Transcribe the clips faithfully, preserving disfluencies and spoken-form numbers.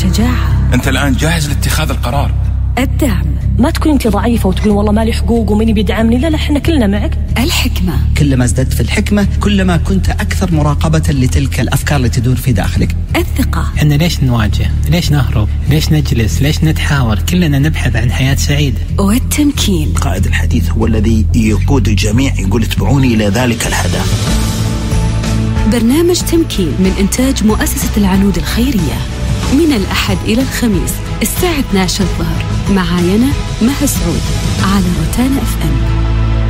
الشجاعة. أنت الآن جاهز لاتخاذ القرار. الدعم. ما تكون أنت ضعيفة وتقول والله ما لي حقوق ومين بيدعمني. لا لا، إحنا كلنا معك. الحكمة. كلما ازددت في الحكمة كلما كنت أكثر مراقبة لتلك الأفكار اللي تدور في داخلك. الثقة. إحنا ليش نواجه؟ ليش نهرب؟ ليش نجلس؟ ليش نتحاور؟ كلنا نبحث عن حياة سعيدة. والتمكين. قائد الحديث هو الذي يقود الجميع، يقول اتبعوني إلى ذلك الهدف. برنامج تمكين من إنتاج مؤسسة العنود الخيرية، من الأحد إلى الخميس الساعة اثنتي عشرة الظهر، معاي أنا مها سعود على روتانا اف ام.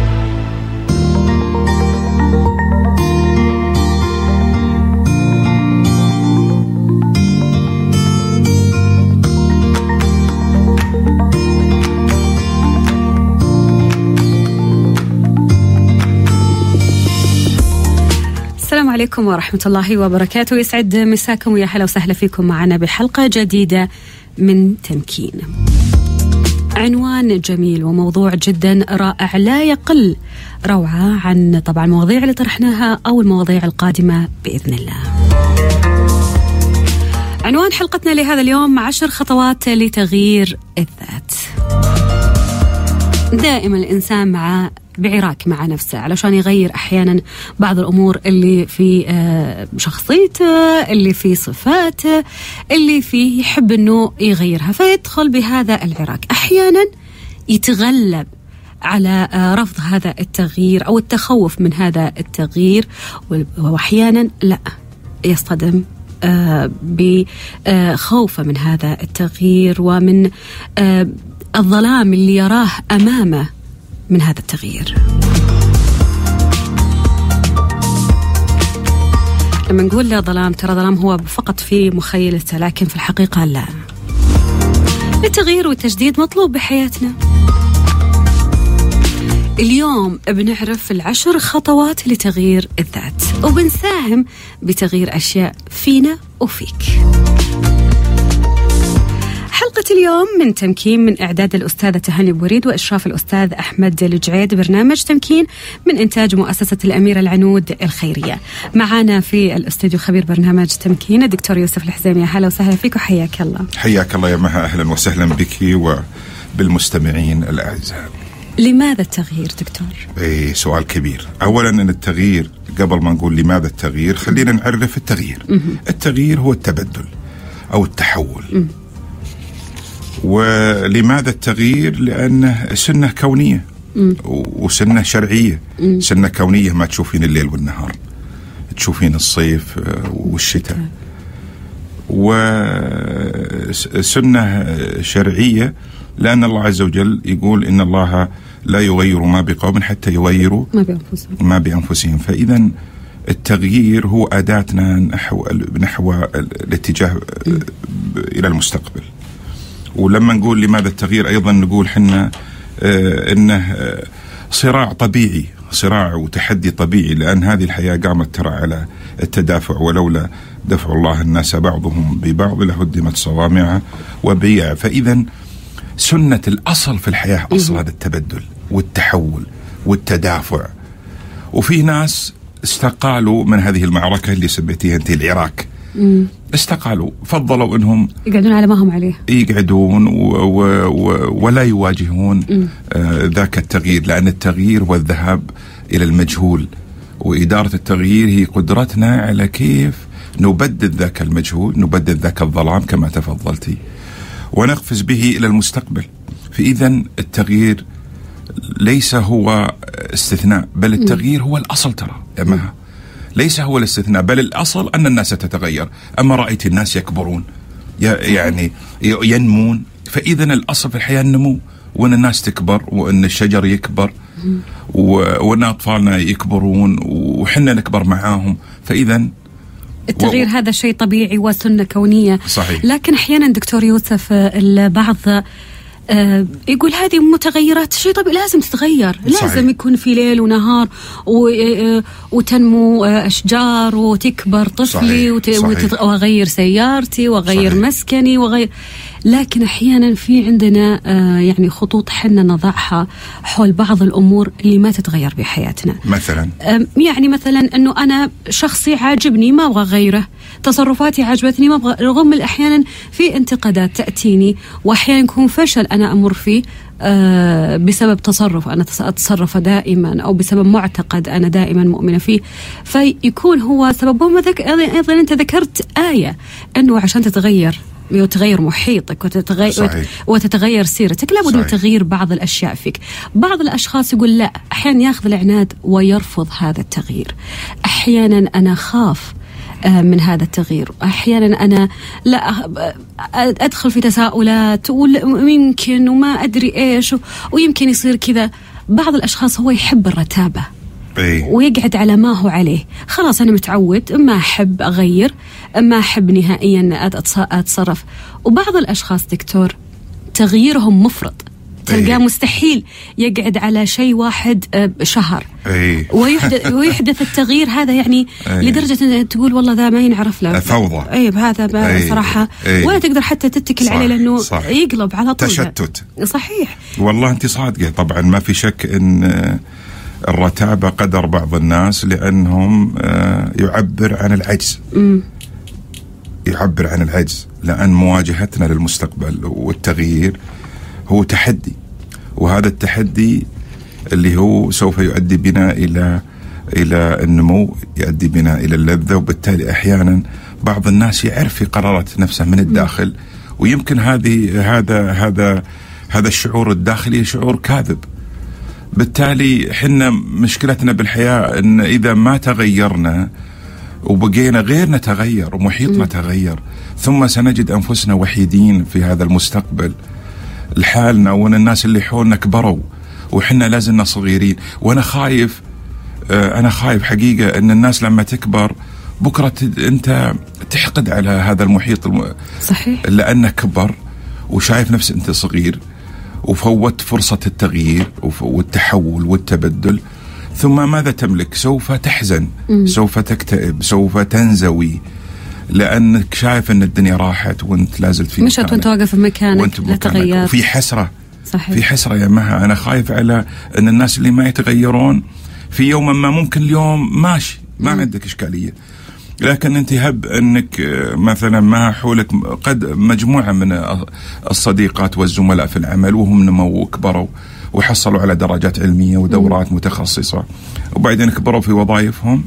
السلام عليكم ورحمة الله وبركاته. يسعد مساكم ويا هلا وسهلا فيكم معنا بحلقة جديدة من تمكين. عنوان جميل وموضوع جدا رائع لا يقل روعة عن طبعا المواضيع اللي طرحناها أو المواضيع القادمة بإذن الله. عنوان حلقتنا لهذا اليوم: عشر خطوات لتغيير الذات. دائما الإنسان مع بعراك مع نفسه علشان يغير أحيانا بعض الأمور اللي في شخصيته، اللي في صفاته، اللي فيه يحب أنه يغيرها، فيدخل بهذا العراك. أحيانا يتغلب على رفض هذا التغيير أو التخوف من هذا التغيير، وأحيانا لا، يصطدم بخوفه من هذا التغيير ومن الظلام اللي يراه أمامه من هذا التغيير. لما نقول له ظلام، ترى ظلام هو فقط في مخيلته، لكن في الحقيقة لا. التغيير والتجديد مطلوب بحياتنا. اليوم بنعرف العشر خطوات لتغيير الذات، وبنساهم بتغيير أشياء فينا وفيك. حلقة اليوم من تمكين من إعداد الأستاذة تهاني بوريد وإشراف الأستاذ أحمد الجعيد. برنامج تمكين من إنتاج مؤسسة الأميرة العنود الخيرية. معنا في الاستوديو خبير برنامج تمكين الدكتور يوسف الحزيمي. هلا وسهلا فيك وحياك الله. حياك الله يا مها، أهلا وسهلا بك وبالمستمعين الأعزاء. لماذا التغيير دكتور؟ إيه سؤال كبير. أولا أن التغيير، قبل ما نقول لماذا التغيير خلينا نعرف التغيير. م- التغيير هو التبدل أو التحول. م- ولماذا التغيير؟ لأنه سنة كونية م. وسنة شرعية. م. سنة كونية، ما تشوفين الليل والنهار، تشوفين الصيف والشتاء. وسنة شرعية لأن الله عز وجل يقول إن الله لا يغير ما بقوم حتى يغيروا ما بأنفسهم, ما بأنفسهم. فإذا التغيير هو أداتنا نحو, نحو الاتجاه م. إلى المستقبل. ولما نقول لماذا التغيير أيضا نقول حنا آه إنه آه صراع طبيعي، صراع وتحدي طبيعي، لأن هذه الحياة قامت ترى على التدافع، ولولا دفع الله الناس بعضهم ببعض لهدمت صوامع وبيع. فإذا سنة الأصل في الحياة أصل هذا التبدل والتحول والتدافع. وفي ناس استقالوا من هذه المعركة اللي سميتيها أنت العراك. مم. استقالوا، فضلوا انهم يقعدون على ما هم عليه، يقعدون و و و ولا يواجهون آه ذاك التغيير، لأن التغيير هو الذهاب إلى المجهول، وإدارة التغيير هي قدرتنا على كيف نبدد ذاك المجهول، نبدد ذاك الظلام كما تفضلتي، ونقفز به إلى المستقبل. فإذا التغيير ليس هو استثناء، بل التغيير هو الأصل. ترى يا مها، ليس هو الاستثناء بل الأصل أن الناس تتغير. أما رأيت الناس يكبرون يعني ينمون، فإذا الأصل في الحياة النمو، وأن الناس تكبر، وأن الشجر يكبر، وأن أطفالنا يكبرون وحنا نكبر معاهم. فإذا التغيير و... هذا شيء طبيعي وسنة كونية. صحيح. لكن أحيانا دكتور يوسف البعض آه يقول هذه متغيرات شيء طبيعي، لازم تتغير. صحيح. لازم يكون في ليل ونهار و... آه وتنمو أشجار وتكبر طفلي. صحيح. وت... صحيح. وأغير سيارتي وأغير. صحيح. مسكني وأغير. لكن أحيانا في عندنا آه يعني خطوط حنا نضعها حول بعض الأمور اللي ما تتغير بحياتنا. مثلا آه يعني مثلا أنه أنا شخصي عاجبني ما أبغى غيره، تصرفاتي عجبتني ما أبغى، رغم الأحيانا في انتقادات تأتيني وأحيانا يكون فشل أنا أمر فيه آه بسبب تصرف أنا أتصرفه دائما، أو بسبب معتقد أنا دائما مؤمنة فيه، فيكون هو سببه. أيضا أنت ذكرت آية أنه عشان تتغير وتغير محيطك وتتغير, وتتغير سيرتك لابد من تغيير بعض الأشياء فيك. بعض الأشخاص يقول لا، أحيانا يأخذ العناد ويرفض هذا التغيير. أحيانا أنا خاف من هذا التغيير، أحيانا أنا لا أدخل في تساؤلات ويمكن وما أدري إيش ويمكن يصير كذا. بعض الأشخاص هو يحب الرتابة ويقعد على ما هو عليه، خلاص أنا متعود، ما أحب أغير، ما أحب نهائيا أتصرف. وبعض الأشخاص دكتور تغييرهم مفرط، تلقاه مستحيل يقعد على شيء واحد شهر ويحدث, ويحدث التغيير هذا يعني لدرجة أن تقول والله ذا ما ينعرف له فوضى. أي هذا صراحة ولا تقدر حتى تتكل عليه لأنه صح. يقلب على طول تشتت. صحيح والله أنت صادقة. طبعا ما في شك أن الرتابة قدر بعض الناس لأنهم يعبر عن العجز م. يعبر عن العجز، لأن مواجهتنا للمستقبل والتغيير هو تحدي، وهذا التحدي اللي هو سوف يؤدي بنا إلى إلى النمو، يؤدي بنا إلى اللذة. وبالتالي أحيانا بعض الناس يعرف في قرارات نفسه من الداخل، ويمكن هذه هذا هذا هذا الشعور الداخلي شعور كاذب. بالتالي حنا مشكلتنا بالحياة أن إذا ما تغيرنا وبقينا غير نتغير ومحيطنا تغير، ثم سنجد أنفسنا وحيدين في هذا المستقبل لحالنا، وأن الناس اللي حولنا كبروا وحنا لازلنا صغيرين. وأنا خايف آه أنا خايف حقيقة أن الناس لما تكبر بكرة أنت تحقد على هذا المحيط الم... صحيح، لأنه كبر وشايف نفسه أنت صغير وفوت فرصة التغيير والتحول والتبدل. ثم ماذا تملك؟ سوف تحزن، م. سوف تكتئب، سوف تنزوي، لأنك شايف أن الدنيا راحت وانت لازلت في مشت وانت واقف في مكانك لا تغير. وفي حسرة. صحيح. في حسرة يا مها. أنا خايف على أن الناس اللي ما يتغيرون في يوم ما ممكن اليوم ماشي ما م. عندك إشكالية، لكن انت هب أنك مثلا ما حولك قد مجموعة من الصديقات والزملاء في العمل وهم نموا وكبروا وحصلوا على درجات علمية ودورات م. متخصصة، وبعدين كبروا في وظائفهم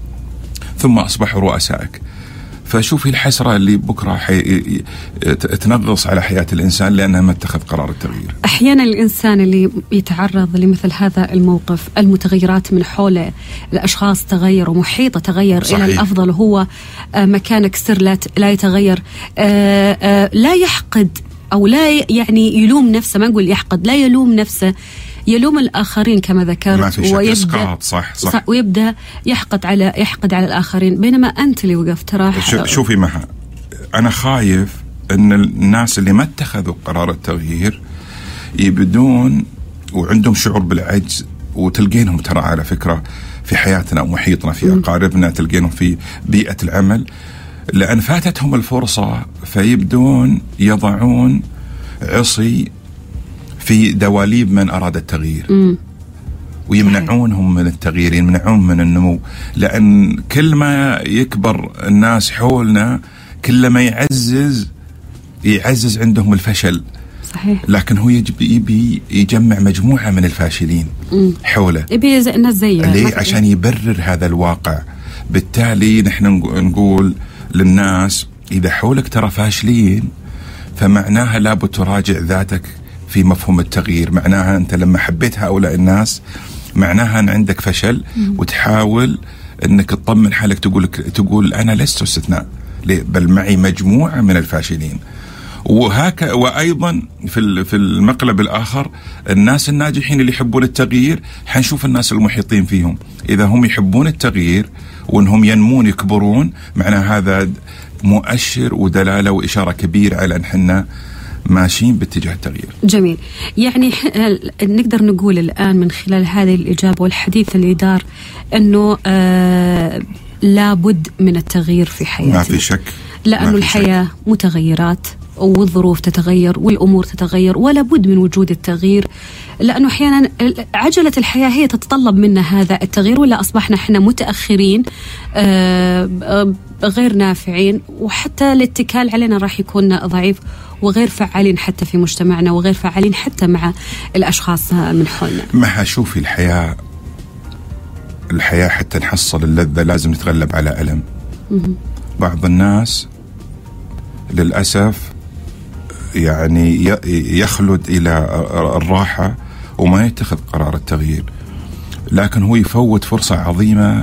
ثم أصبحوا رؤسائك. فشوفي الحسرة اللي بكرة حي... تنغص على حياة الإنسان لأنها ما اتخذ قرار التغيير. أحيانا الإنسان اللي يتعرض لمثل هذا الموقف، المتغيرات من حوله، الأشخاص تغير ومحيطه تغير صحيح. إلى الأفضل، هو مكانك سر لا, لا يتغير، لا يحقد أو لا يعني يلوم نفسه، ما نقول يحقد، لا يلوم نفسه، يلوم الآخرين كما ذكرت، ويبدأ صح صح. صح ويبدأ يحقد على يحقد على الآخرين، بينما أنت اللي وقفت راح. شوفي مها، أنا خايف أن الناس اللي ما اتخذوا قرار التغيير يبدون وعندهم شعور بالعجز، وتلقينهم ترى على فكرة في حياتنا ومحيطنا في أقاربنا، تلقينهم في بيئة العمل، لأن فاتتهم الفرصة فيبدون يضعون عصي في دواليب من أراد التغيير م. ويمنعونهم من التغيير، يمنعون من النمو، لأن كل ما يكبر الناس حولنا كل ما يعزز يعزز عندهم الفشل. صحيح. لكن هو يجب يبي يجمع مجموعة من الفاشلين م. حوله، يبي الناس زيه ليه؟ عشان يبرر هذا الواقع. بالتالي نحن نقول للناس إذا حولك ترى فاشلين فمعناها لابد تراجع ذاتك في مفهوم التغيير. معناها أنت لما حبيت هؤلاء الناس معناها أن عندك فشل، وتحاول أنك تطمن حالك، تقول تقول أنا لست استثناء، بل معي مجموعة من الفاشلين. وهكذا. وأيضا في في المقلب الآخر الناس الناجحين اللي يحبون التغيير حنشوف الناس المحيطين فيهم إذا هم يحبون التغيير وأنهم ينمون يكبرون، معناه هذا مؤشر ودلالة وإشارة كبيرة على أن حنا ماشيين باتجاه التغيير. جميل. يعني نقدر نقول الآن من خلال هذه الإجابة والحديث اللي دار أنه آه لابد من التغيير في حياتنا. ما في شك. لأنه الحياة شك. متغيرات، والظروف تتغير والأمور تتغير، ولا بد من وجود التغيير، لأنه أحيانا عجلة الحياة هي تتطلب منا هذا التغيير، ولا أصبحنا إحنا متأخرين غير نافعين، وحتى الاتكال علينا راح يكون ضعيف وغير فعالين حتى في مجتمعنا، وغير فعالين حتى مع الأشخاص من حولنا. ما شوفي الحياة الحياة حتى نحصل اللذة لازم نتغلب على ألم. بعض الناس للأسف يعني يخلد إلى الراحة وما يتخذ قرار التغيير، لكن هو يفوت فرصة عظيمة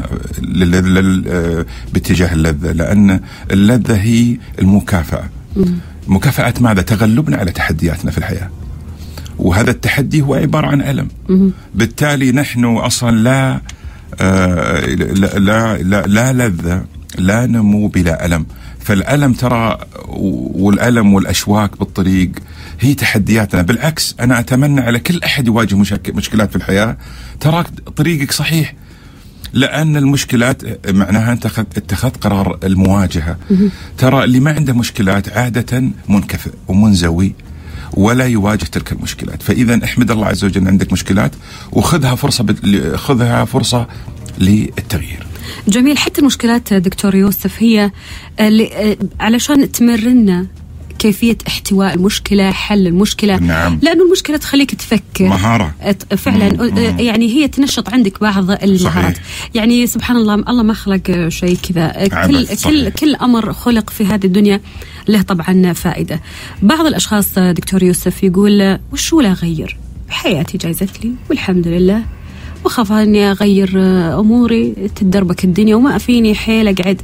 باتجاه اللذة، لأن اللذة هي المكافأة. مكافأة ماذا؟ تغلبنا على تحدياتنا في الحياة، وهذا التحدي هو عبارة عن ألم. بالتالي نحن أصلا لا آه لا, لا, لا, لا لذة، لا نمو بلا ألم. فالألم ترى والألم والأشواك بالطريق هي تحدياتنا. بالعكس أنا أتمنى على كل أحد يواجه مشكلات في الحياة، ترى طريقك صحيح، لأن المشكلات معناها أنت اتخذت قرار المواجهة. ترى اللي ما عنده مشكلات عادة منكفئ ومنزوي ولا يواجه تلك المشكلات. فإذا احمد الله عز وجل عندك مشكلات وخذها فرصة بد... خذها فرصة للتغيير. جميل. حتى المشكلات دكتور يوسف هي اللي علشان تمرنا كيفية احتواء المشكلة، حل المشكلة. نعم. لأنه المشكلة تخليك تفكر مهارة فعلا. مم. يعني هي تنشط عندك بعض المهارات. يعني سبحان الله، الله ما خلق شيء كذا، كل كل كل أمر خلق في هذه الدنيا له طبعا فائدة. بعض الأشخاص دكتور يوسف يقول وشو لا أغير، حياتي جايزت لي والحمد لله، وخاف أني أغير أموري تتدربك الدنيا وما فيني حيل أقعد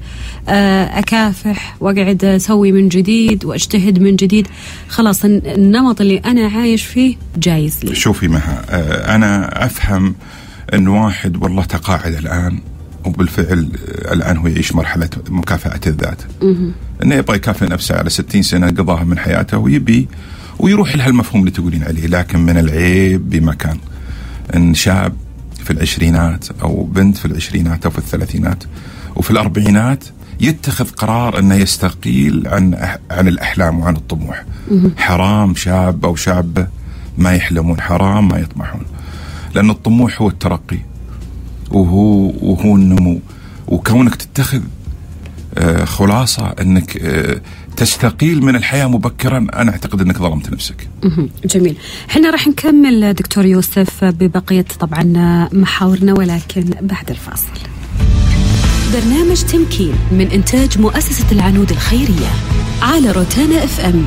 أكافح وأقعد أسوي من جديد وأجتهد من جديد، خلاص النمط اللي أنا عايش فيه جايز لي. شوفي مها، أنا أفهم أن واحد والله تقاعد الآن وبالفعل الآن هو يعيش مرحلة مكافأة الذات، أنه يبغى يكافئ نفسه على ستين سنة قضاها من حياته ويبي ويروح لها المفهوم اللي تقولين عليه. لكن من العيب بمكان أن شاب في العشرينات أو بنت في العشرينات أو في الثلاثينات وفي الأربعينات يتخذ قرار أنه يستقيل عن عن الأحلام وعن الطموح. حرام شاب أو شابة ما يحلمون، حرام ما يطمحون، لأن الطموح هو الترقي وهو وهو النمو. وكونك تتخذ آه خلاصة أنك آه تستقيل من الحياة مبكرا، أنا أعتقد أنك ظلمت نفسك. جميل. حنا راح نكمل دكتور يوسف ببقية طبعا محاورنا، ولكن بعد الفاصل. برنامج تمكين من إنتاج مؤسسة العنود الخيرية على روتانا اف ام.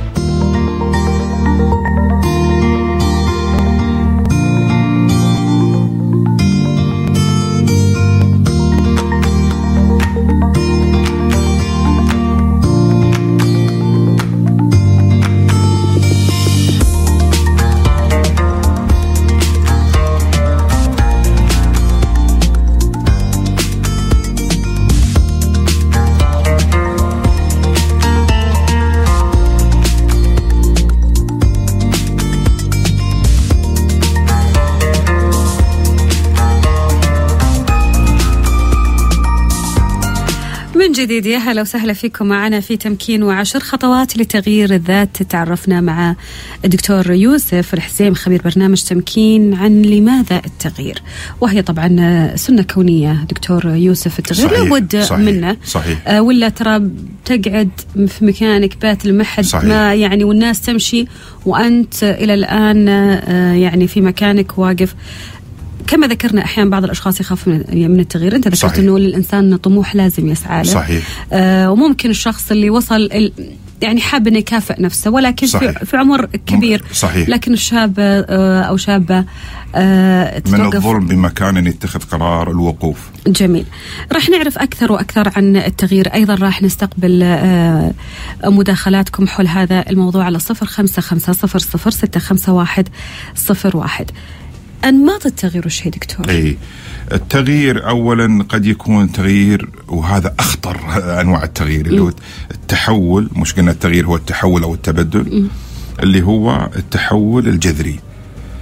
جديد. يا هلا وسهلا فيكم معنا في تمكين وعشر خطوات لتغيير الذات. تعرفنا مع الدكتور يوسف الحسيم خبير برنامج تمكين عن لماذا التغيير، وهي طبعا سنة كونية دكتور يوسف. التغيير لابد منه. صحيح. آه ولا ترى تقعد في مكانك بات المحد ما يعني، والناس تمشي وأنت إلى الآن آه يعني في مكانك واقف. كما ذكرنا أحيانا بعض الأشخاص يخاف من من التغيير. أنت ذكرت إنه للإنسان طموح لازم يسعى له. صحيح. آه وممكن الشخص اللي وصل يعني حاب إنه يكافئ نفسه، ولكن صحيح. في, في عمر كبير. صحيح. لكن الشاب آه أو شابة آه من الظلم بمكان أن يتخذ قرار الوقوف. جميل. راح نعرف أكثر وأكثر عن التغيير. أيضا راح نستقبل آه مداخلاتكم حول هذا الموضوع على صفر خمسة خمسة صفر صفر ستة خمسة واحد صفر واحد. أنماط التغيير وش هي دكتور؟ أي التغيير أولا قد يكون تغيير، وهذا أخطر أنواع التغيير، اللي هو التحول. مش قلنا التغيير هو التحول أو التبدل. م. اللي هو التحول الجذري.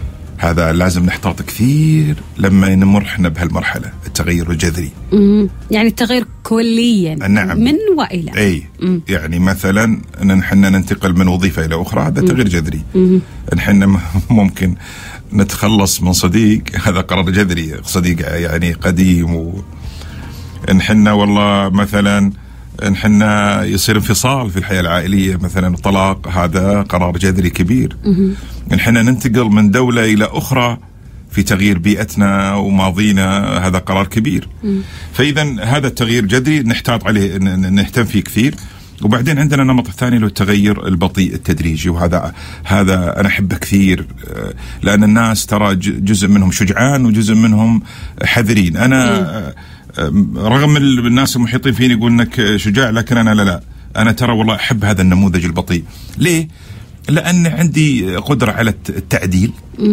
هذا لازم نحتاط كثير لما نمر احنا بهالمرحلة التغير الجذري. مم. يعني التغير كليا. نعم. من وإلى. أي. مم. يعني مثلا أن نحن ننتقل من وظيفة إلى أخرى، هذا تغيير جذري. نحن ممكن نتخلص من صديق، هذا قرار جذري، صديق يعني قديم، و نحن والله مثلا نحن يصير انفصال في الحياة العائلية مثلا، طلاق، هذا قرار جذري كبير. نحن ننتقل من دولة إلى أخرى في تغيير بيئتنا وماضينا، هذا قرار كبير. فإذا هذا التغيير جذري نحتاط عليه، نهتم فيه كثير. وبعدين عندنا النمط الثاني له التغير البطيء التدريجي، وهذا هذا أنا أحبه كثير، لأن الناس ترى جزء منهم شجعان وجزء منهم حذرين. أنا رغم الناس المحيطين فيني يقول انك شجاع، لكن انا لا لا انا ترى والله احب هذا النموذج البطيء. ليه؟ لان عندي قدره على التعديل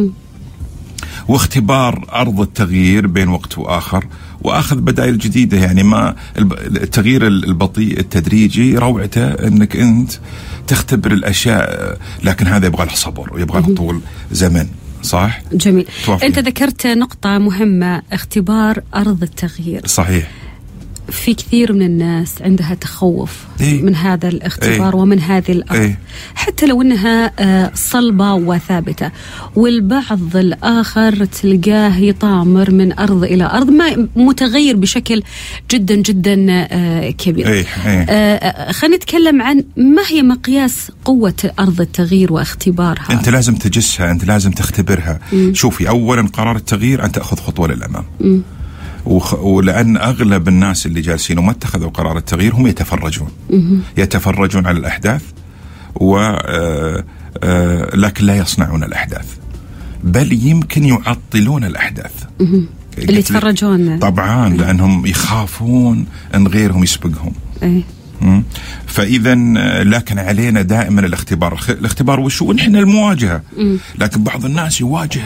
واختبار ارض التغيير بين وقت واخر، واخذ بدائل جديده. يعني ما التغيير البطيء التدريجي روعته انك انت تختبر الاشياء، لكن هذا يبغى له صبر ويبغى له طول زمن. صح؟ جميل. توافق. أنت ذكرت نقطة مهمة، اختبار أرض التغيير. صحيح. في كثير من الناس عندها تخوف إيه؟ من هذا الاختبار إيه؟ ومن هذه الأرض، إيه؟ حتى لو أنها صلبة وثابتة. والبعض الآخر تلقاه يطامر من أرض إلى أرض، ما متغير بشكل جدا جدا كبير. إيه؟ إيه؟ خلينا نتكلم عن ما هي مقياس قوة أرض التغيير واختبارها. أنت لازم تجسها، أنت لازم تختبرها. م. شوفي، أولا قرار التغيير أن تأخذ خطوة للأمام. م. وخ... ولأن أغلب الناس اللي جالسين وما اتخذوا قرار التغيير هم يتفرجون م- يتفرجون على الأحداث، و آ... آ... لكن لا يصنعون الأحداث، بل يمكن يعطلون الأحداث. م- اللي يتفرجون طبعا م- لأنهم يخافون أن غيرهم يسبقهم. أي. فإذا لكن علينا دائما الاختبار. الاختبار وشو؟ نحن المواجهة. لكن بعض الناس يواجه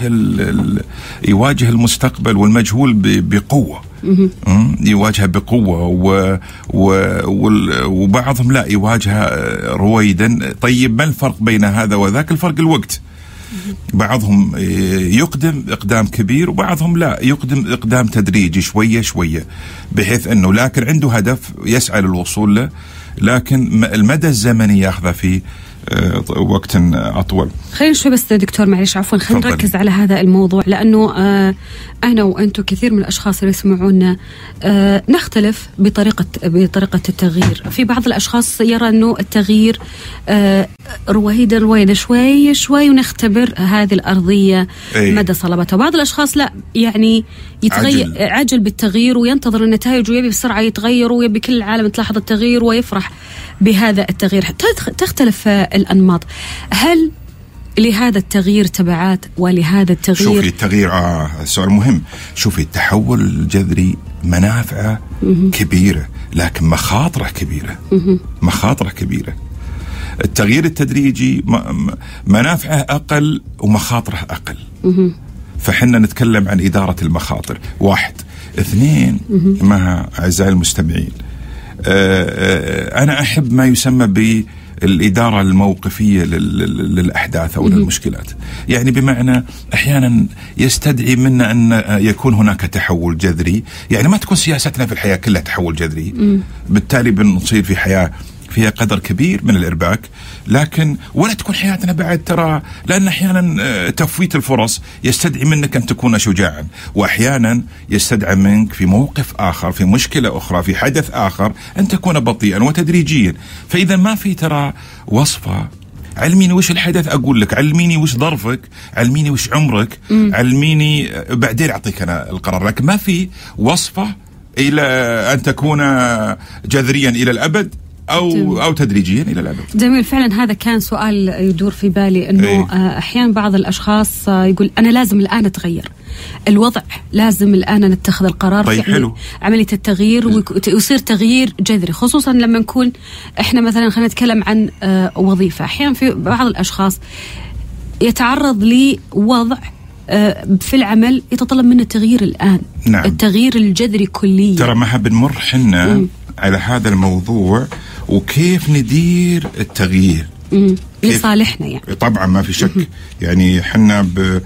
يواجه المستقبل والمجهول بقوة، يواجهه بقوة، و وبعضهم لا يواجهه رويدا. طيب ما الفرق بين هذا وذاك؟ الفرق الوقت. بعضهم يقدم إقدام كبير وبعضهم لا، يقدم إقدام تدريجي شوية شوية، بحيث أنه لكن عنده هدف يسعى للوصول له، لكن المدى الزمني ياخذه في وقت أطول. خلينا شوي بس دكتور، معلش عفوا، خلينا نركز على هذا الموضوع، لأنه آه أنا وأنتم كثير من الأشخاص اللي يسمعونا آه نختلف بطريقة بطريقة التغيير. في بعض الأشخاص يرى أنه التغيير آه رويدا رويدا شوي شوي ونختبر هذه الأرضية أي. مدى صلابتها. وبعض الأشخاص لا، يعني يتغير عجل, عجل بالتغيير وينتظر النتائج ويبي بسرعة يتغير ويبي كل العالم تلاحظ التغيير ويفرح بهذا التغيير. تختلف الأنماط. هل لهذا التغيير تبعات ولهذا التغيير؟ شوفي التغيير آه سؤال مهم. شوفي التحول الجذري منافعه م- كبيرة، لكن مخاطره كبيرة. م- مخاطره كبيرة. التغيير التدريجي منافعه أقل ومخاطره أقل. م- فحنا نتكلم عن إدارة المخاطر. واحد. اثنين، م- مع أعزائي المستمعين، أنا أحب ما يسمى بالإدارة الموقفية للأحداث أو للمشكلات. يعني بمعنى أحيانا يستدعي منا أن يكون هناك تحول جذري، يعني ما تكون سياستنا في الحياة كلها تحول جذري، بالتالي بنصير في حياة فيها قدر كبير من الإرباك، لكن ولا تكون حياتنا بعد ترى، لأن أحيانا تفويت الفرص يستدعي منك أن تكون شجاعا، وأحيانا يستدعي منك في موقف آخر، في مشكلة أخرى، في حدث آخر، أن تكون بطيئا وتدريجيا. فإذا ما في ترى وصفة علميني وش الحدث أقول لك، علميني وش ظرفك، علميني وش عمرك، م. علميني بعدين أعطيك أنا القرار، لكن ما في وصفة إلى أن تكون جذريا إلى الأبد أو جميل. أو تدريجيا إلى الأبد. جميل. فعلا هذا كان سؤال يدور في بالي، إنه ايه؟ أحيانا بعض الأشخاص يقول أنا لازم الآن أتغير، الوضع لازم الآن نتخذ القرار. طيب حلو. عملية التغيير ويصير تغيير جذري، خصوصا لما نكون إحنا مثلا خلينا نتكلم عن وظيفة. أحيانا في بعض الأشخاص يتعرض لوضع في العمل يتطلب منه التغيير الآن. نعم. التغيير الجذري كليا. ترى ما بنمر حنا م. على هذا الموضوع وكيف ندير التغيير لصالحنا يعني. طبعا ما في شك. يعني حنا ب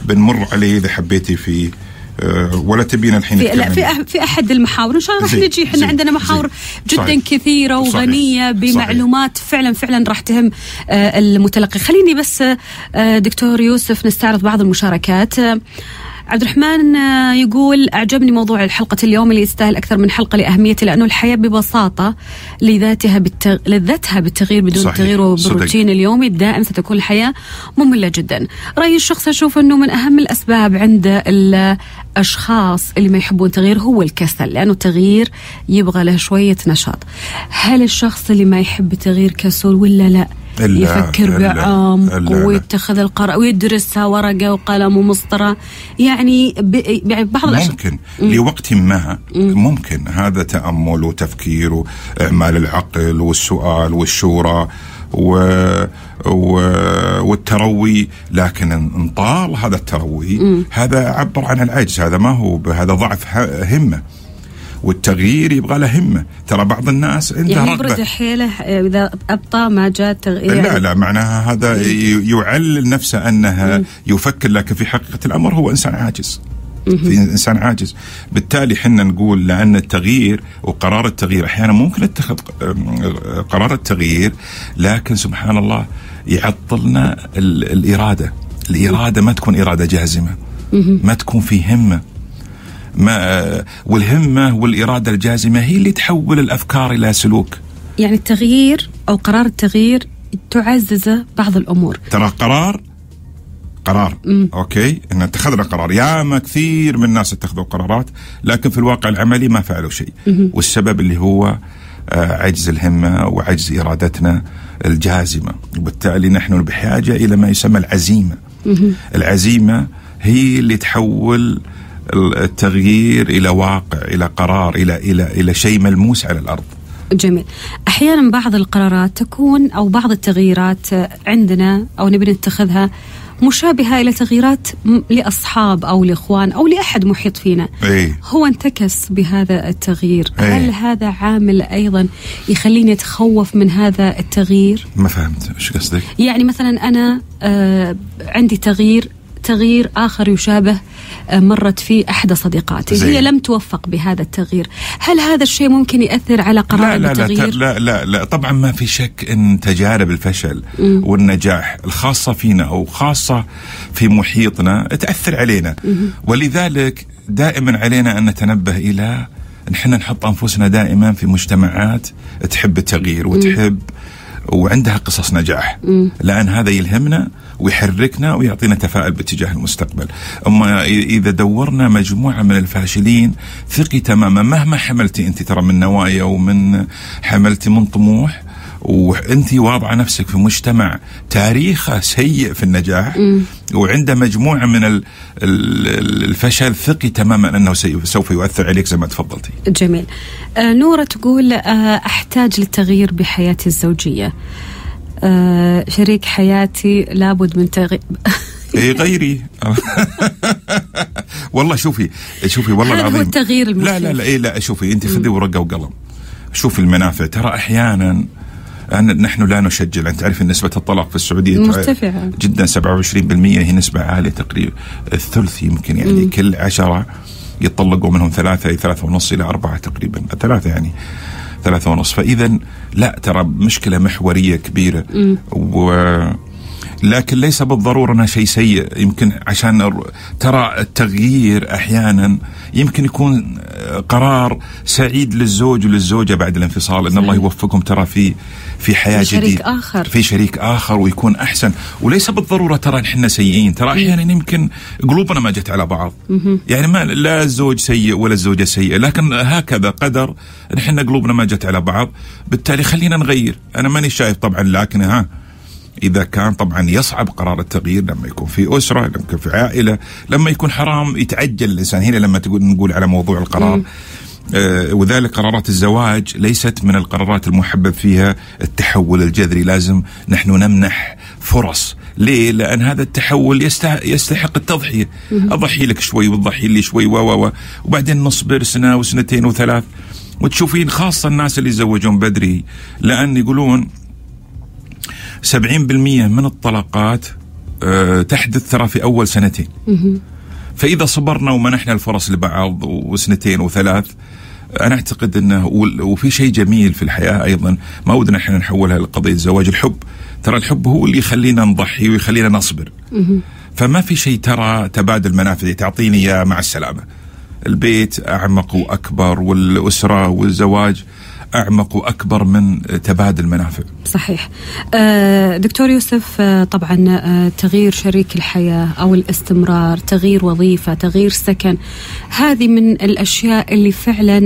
بنمر عليه إذا حبيتي فيه أه ولا تبين الحين في لا في أح في احد المحاور ان شاء الله راح نجي. احنا عندنا محاور جدا صحيح. كثيره وغنيه صحيح. بمعلومات صحيح. فعلا فعلا راح تهم آه المتلقي. خليني بس آه دكتور يوسف نستعرض بعض المشاركات. آه عبد الرحمن يقول أعجبني موضوع الحلقة اليوم اللي يستاهل أكثر من حلقة لأهميته، لأنه الحياة ببساطة لذاتها بالتغ... لذاتها بالتغيير بدون صحيح. تغيير بالروتين اليومي الدائم ستكون الحياة مملة جدا. رأيي الشخص أشوف أنه من أهم الأسباب عند الأشخاص اللي ما يحبون تغيير هو الكسل، لأنه التغيير يبغى له شوية نشاط. هل الشخص اللي ما يحب التغيير كسول ولا لا؟ إلا يفكر بعمق ويتخذ القرار ويدرسها ورقة وقلم ومسطرة، يعني بعض الأشياء ممكن لوقت ما ممكن هذا تأمل وتفكير وإعمال العقل والسؤال والشورى و... و... والتروي، لكن انطال هذا التروي م. هذا عبر عن العجز، هذا ما هو هذا ضعف همة، والتغيير يبغى له همة. ترى بعض الناس عندها يعني يبرد حيله إذا أبطأ ما جاء تغيير. لا لا معناها هذا يعلل نفسه أنها م. يفكر، لكن في حقيقة الأمر هو إنسان عاجز. في إنسان عاجز. بالتالي حنا نقول لأن التغيير وقرار التغيير أحيانا ممكن اتخذ قرار التغيير، لكن سبحان الله يعطلنا الإرادة. الإرادة ما تكون إرادة جازمة، ما تكون في همة، ما والهمة والإرادة الجازمة هي اللي تحول الأفكار إلى سلوك. يعني التغيير أو قرار التغيير تعززه بعض الأمور. ترى قرار قرار م. أوكي إن اتخذنا قرار، ياما كثير من الناس اتخذوا قرارات لكن في الواقع العملي ما فعلوا شيء، م. والسبب اللي هو عجز الهمة وعجز إرادتنا الجازمة. وبالتالي نحن بحاجة إلى ما يسمى العزيمة. م. العزيمة هي اللي تحول التغيير إلى واقع، إلى قرار، إلى إلى إلى شيء ملموس على الأرض. جميل. أحيانا بعض القرارات تكون أو بعض التغييرات عندنا أو نبي نتخذها مشابهة إلى تغييرات لأصحاب أو لإخوان أو لأحد محيط فينا. أي. هو انتكس بهذا التغيير. أي. هل هذا عامل أيضا يخليني أتخوف من هذا التغيير؟ ما فهمت إيش قصدك؟ يعني مثلا أنا آه عندي تغيير تغيير آخر يشابه مرت فيه أحد صديقاتي، هي لم توفق بهذا التغيير، هل هذا الشيء ممكن يأثر على قرار لا التغيير؟ لا لا لا لا طبعا ما في شك أن تجارب الفشل م. والنجاح الخاصة فينا أو خاصة في محيطنا تأثر علينا، م. ولذلك دائما علينا أن نتنبه إلى نحن نحط أنفسنا دائما في مجتمعات تحب التغيير وتحب م. وعندها قصص نجاح، م. لأن هذا يلهمنا ويحركنا ويعطينا تفاؤل باتجاه المستقبل. أما إذا دورنا مجموعة من الفاشلين ثقي تماما مهما حملتي أنت ترى من نوايا ومن حملتي من طموح وأنت واضعة نفسك في مجتمع تاريخه سيء في النجاح م. وعنده مجموعة من الفشل، ثقي تماما أنه سوف يؤثر عليك زي ما تفضلتي. جميل. آه نورة تقول آه أحتاج للتغيير بحياتي الزوجية، آه شريك حياتي لابد من تغيير. ايه غيري. والله شوفي شوفي والله العظيم هذا هو التغيير المخيف. لا لا لا إيه لا شوفي انت خذي ورقه وقلم، شوفي المنافع. ترى احيانا أن نحن لا نشجع، أنت تعرف نسبة الطلاق في السعودية مرتفعة جدا، سبعة وعشرين بالمئة، هي نسبة عالية تقريبا، الثلث يمكن يعني م. كل عشرة يطلقوا منهم ثلاثة ثلاثة ونص إلى أربعة تقريبا، ثلاثة يعني ثلاثة ونص. فإذا لا ترى مشكلة محورية كبيرة م. و لكن ليس بالضرورة أنها شيء سيء. يمكن عشان ترى التغيير أحيانا يمكن يكون قرار سعيد للزوج وللزوجة بعد الانفصال، إن الله يوفقهم ترى في في حياة في شريك جديد آخر. في شريك آخر ويكون أحسن. وليس بالضرورة ترى نحن سيئين، ترى أحيانا يمكن قلوبنا ما جت على بعض، يعني ما لا الزوج سيء ولا الزوجة سيئة، لكن هكذا قدر نحن قلوبنا ما جت على بعض، بالتالي خلينا نغير. أنا ماني شايف طبعا، لكن ها إذا كان طبعا يصعب قرار التغيير لما يكون في أسرة، لما يكون في عائلة، لما يكون حرام يتعجل الإنسان. هنا لما تقول نقول على موضوع القرار آه وذلك قرارات الزواج ليست من القرارات المحبب فيها التحول الجذري، لازم نحن نمنح فرص. ليه؟ لأن هذا التحول يستحق التضحية. أضحي لك شوي وتضحي لي شوي و و وبعدين نصبر سنة وسنتين وثلاث. وتشوفين خاصة الناس اللي يزوجون بدري، لأن يقولون سبعين بالمئة من الطلاقات أه تحدث ترى في أول سنتين. فإذا صبرنا ومنحنا الفرص لبعض وسنتين وثلاث، أنا أعتقد أنه وفي شيء جميل في الحياة أيضا ما ودنا إحنا نحولها لقضية الزواج. الحب، ترى الحب هو اللي يخلينا نضحي ويخلينا نصبر. فما في شيء ترى تبادل منافذ تعطيني إياه مع السلامة. البيت أعمق وأكبر، والأسرة والزواج أعمق وأكبر من تبادل منافع. صحيح. دكتور يوسف، طبعا تغيير شريك الحياة أو الاستمرار، تغيير وظيفة، تغيير سكن، هذه من الأشياء اللي فعلا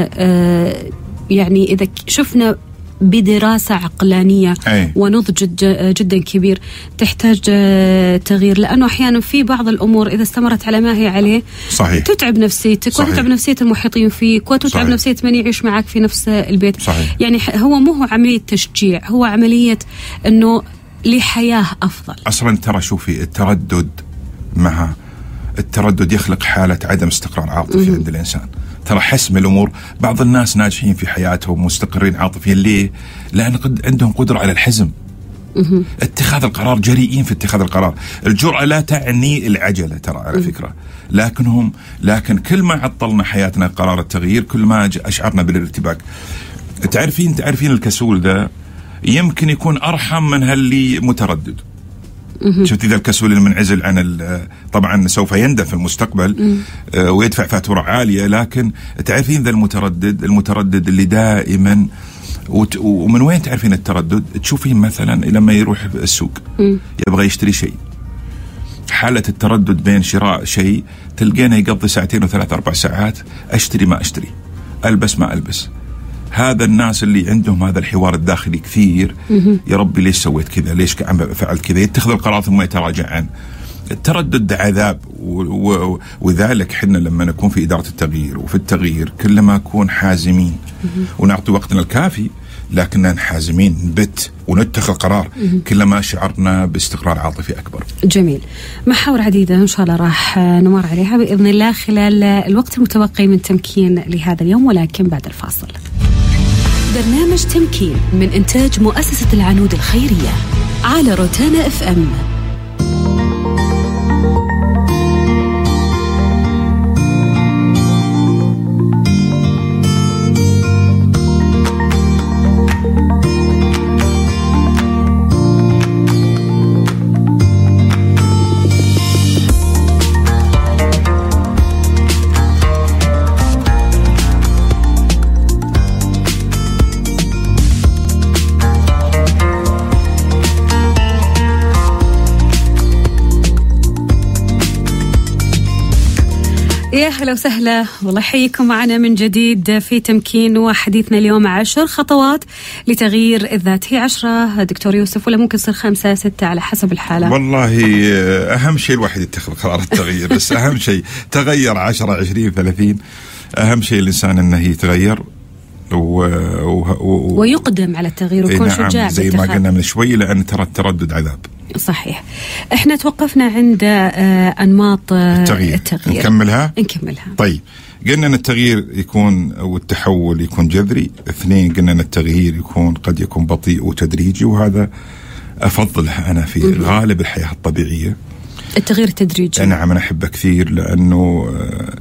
يعني إذا شفنا بدراسة عقلانية أي. ونضج جدا كبير تحتاج تغيير، لأنه أحيانا في بعض الأمور إذا استمرت على ما هي عليه صحيح. تتعب نفسيتك صحيح. وتتعب نفسية المحيطين فيك، وتتعب صحيح. نفسية من يعيش معك في نفس البيت صحيح. يعني هو مو هو عملية تشجيع، هو عملية أنه لحياة أفضل. أصلا ترى شوفي التردد، مع التردد يخلق حالة عدم استقرار عاطفي عند الإنسان. ترى حسم الأمور، بعض الناس ناجحين في حياتهم مستقرين عاطفيا، ليه؟ لأن قد عندهم قدرة على الحزم، اتخاذ القرار، جريئين في اتخاذ القرار. الجرأة لا تعني العجلة ترى على فكرة، لكنهم لكن كل ما عطلنا حياتنا قرار التغيير كل ما أشعرنا بالارتباك. تعرفين تعرفين الكسول ذا يمكن يكون أرحم من هاللي متردد. شفت ذا الكسول المنعزل عن طبعا سوف يندم في المستقبل آه ويدفع فاتورة عالية، لكن تعرفين ذا المتردد المتردد اللي دائما وت... ومن وين تعرفين التردد؟ تشوفين مثلا لما يروح السوق يبغى يشتري شيء، حالة التردد بين شراء شيء تلقينا يقضي ساعتين وثلاث أربع ساعات، أشتري ما أشتري، ألبس ما ألبس. هذا الناس اللي عندهم هذا الحوار الداخلي كثير، يا ربي ليش سويت كذا، ليش فعلت كذا، يتخذ القرار ثم يتراجع عنه. التردد عذاب، وذلك حنا لما نكون في إدارة التغيير وفي التغيير كلما نكون حازمين ونعطي وقتنا الكافي، لكننا حازمين نبت ونتخذ قرار، كلما شعرنا باستقرار عاطفي أكبر. جميل. محاور عديدة إن شاء الله راح نمر عليها بإذن الله خلال الوقت المتبقي من تمكين لهذا اليوم، ولكن بعد الفاصل. برنامج تمكين من إنتاج مؤسسة العنود الخيرية على روتانا اف ام. يا هلا وسهلا، والله يحييكم معنا من جديد في تمكين، وحديثنا اليوم عشر خطوات لتغيير الذات. هي عشرة دكتور يوسف ولا ممكن تصير خمسة ستة على حسب الحالة؟ والله أهم شيء الواحد يتخذ قرار التغيير، بس أهم شيء تغير عشرة عشرين ثلاثين، أهم شيء الإنسان أنه يتغير و... و... و... ويقدم على التغيير ويكون نعم شجاع زي ما قلنا من شوي، لأن ترى التردد عذاب. صحيح. احنا توقفنا عند أنماط التغيير. التغيير نكملها نكملها طيب. قلنا أن التغيير يكون أو التحول يكون جذري. اثنين، قلنا أن التغيير يكون قد يكون بطيء وتدريجي، وهذا أفضله أنا في م- غالب الحياة الطبيعية. التغيير التدريجي نعم أنا أحبه كثير، لأنه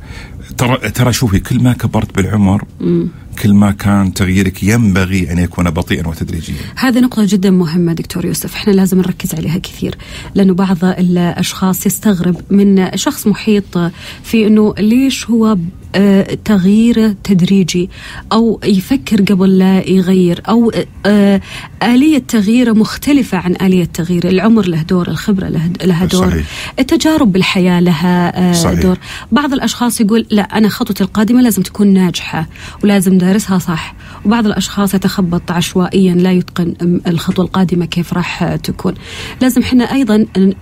ترى ترى شوفي كل ما كبرت بالعمر م. كل ما كان تغييرك ينبغي أن يكون بطيئا وتدريجيا. هذه نقطة جدا مهمة دكتور يوسف، احنا لازم نركز عليها كثير، لأنه بعض الأشخاص يستغرب من شخص محيط في أنه ليش هو آه تغيير تدريجي، أو يفكر قبل لا يغير، أو آه آلية تغيير مختلفة عن آلية تغيير. العمر له دور، الخبرة لها دور، صحيح. التجارب بالحياة لها آه دور. بعض الأشخاص يقول لا أنا خطوتي القادمة لازم تكون ناجحة ولازم دارسها صح، وبعض الأشخاص يتخبط عشوائيا لا يتقن الخطوة القادمة كيف راح تكون. لازم حنا أيضا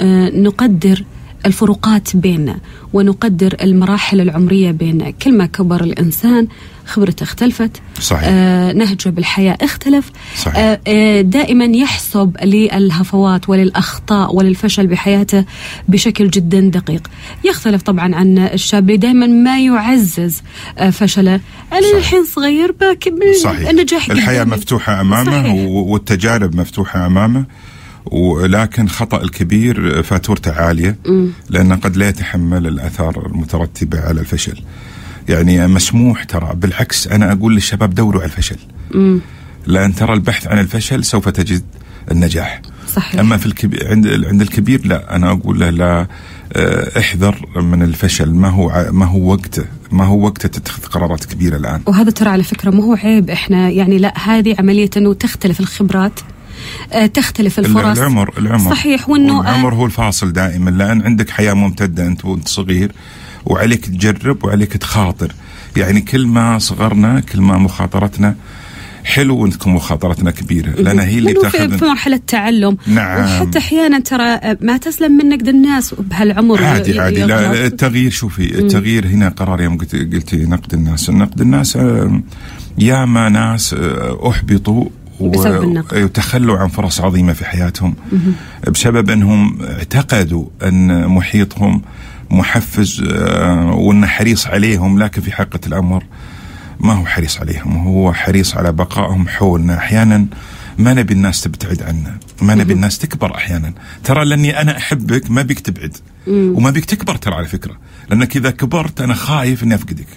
نقدر الفروقات بيننا ونقدر المراحل العمرية بيننا. كل ما كبر الإنسان خبرته اختلفت، صحيح. آه نهجه بالحياة اختلف، صحيح. آه دائما يحسب للهفوات وللأخطاء وللفشل بحياته بشكل جدا دقيق. يختلف طبعا عن الشاب اللي دائما ما يعزز آه فشله. أنا الحين صغير باكر النجاح، الحياة مفتوحة أمامه، صحيح. والتجارب مفتوحة أمامه، ولكن خطأ الكبير فاتورته عالية لأنه قد لا يتحمل الآثار المترتبة على الفشل. يعني مسموح ترى، بالعكس أنا أقول للشباب دوروا على الفشل، لأن ترى البحث عن الفشل سوف تجد النجاح. صحيح. أما في الكبير عند عند الكبير لا، أنا أقول له لا، احذر من الفشل، ما هو ما هو وقته ما هو وقته تتخذ قرارات كبيرة الآن. وهذا ترى على فكرة ما هو عيب، إحنا يعني لا، هذه عملية إنه تختلف الخبرات، تختلف الفرص، العمر العمر صحيح، وإنه العمر هو الفاصل دائما، لأن عندك حياة ممتدة أنت وأنت صغير، وعليك تجرب وعليك تخاطر. يعني كل ما صغرنا كل ما مخاطرتنا حلو، وانتكم مخاطرتنا كبيرة، لأن هي اللي بتاخذ في مرحلة تعلم. نعم. وحتى أحيانا ترى ما تسلم من نقد الناس بهالعمر. عادي عادي. لا التغيير، شوفي التغيير هنا قرار. يوم قلتي نقد الناس، نقد الناس ياما ناس أحبطوا وتخلوا عن فرص عظيمة في حياتهم بسبب أنهم اعتقدوا أن محيطهم محفز وأنه حريص عليهم، لكن في حقيقة الأمر ما هو حريص عليهم، هو حريص على بقائهم حولنا. أحيانا ما نبي الناس تبتعد عنا، ما نبي الناس تكبر. أحيانا ترى لأني أنا أحبك ما بيك تبعد وما بيك تكبر، ترى على فكرة، لأنك إذا كبرت أنا خايف أني أفقدك.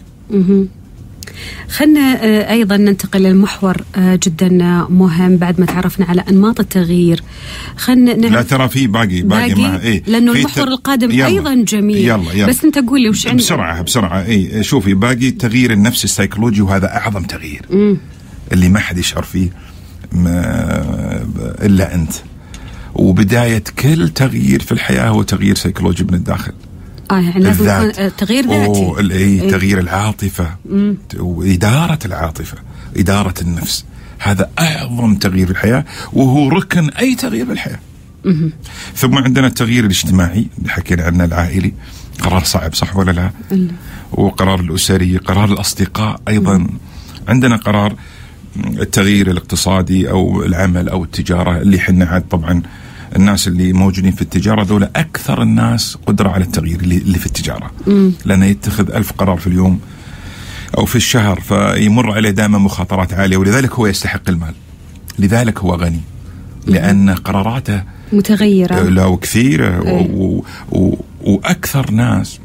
خلنا أيضا ننتقل للمحور جدا مهم بعد ما تعرفنا على أنماط التغيير. خلنا نعرف. لا ترى في باقي باقي, باقي ما إيه، لأنه المحور ت... القادم يلا. أيضا جميل. يلا يلا. بس أنت قول لي وش عندك بسرعة بسرعة. إيه شوفي، باقي التغيير النفسي السيكولوجي، وهذا أعظم تغيير م. اللي ما حد يشعر فيه ما إلا أنت. وبداية كل تغيير في الحياة هو تغيير سيكولوجي من الداخل. آه يعني لازم يكون تغيير ذاتي. إيه تغيير العاطفة مم. وإدارة العاطفة، إدارة النفس، هذا أعظم تغيير في الحياة، وهو ركن أي تغيير في الحياة. مم. ثم عندنا التغيير الاجتماعي اللي حكينا عنه، العائلي، قرار صعب صح ولا لا؟ مم. وقرار الأسري، قرار الأصدقاء أيضا. مم. عندنا قرار التغيير الاقتصادي أو العمل أو التجارة، اللي حنا عاد طبعا الناس اللي موجودين في التجارة دولة أكثر الناس قدرة على التغيير اللي, اللي في التجارة، مم. لأنه يتخذ ألف قرار في اليوم أو في الشهر، فيمر عليه دائما مخاطرات عالية، ولذلك هو يستحق المال، لذلك هو غني، لأن قراراته متغيرة لا كثيرة و... و... وأكثر ناس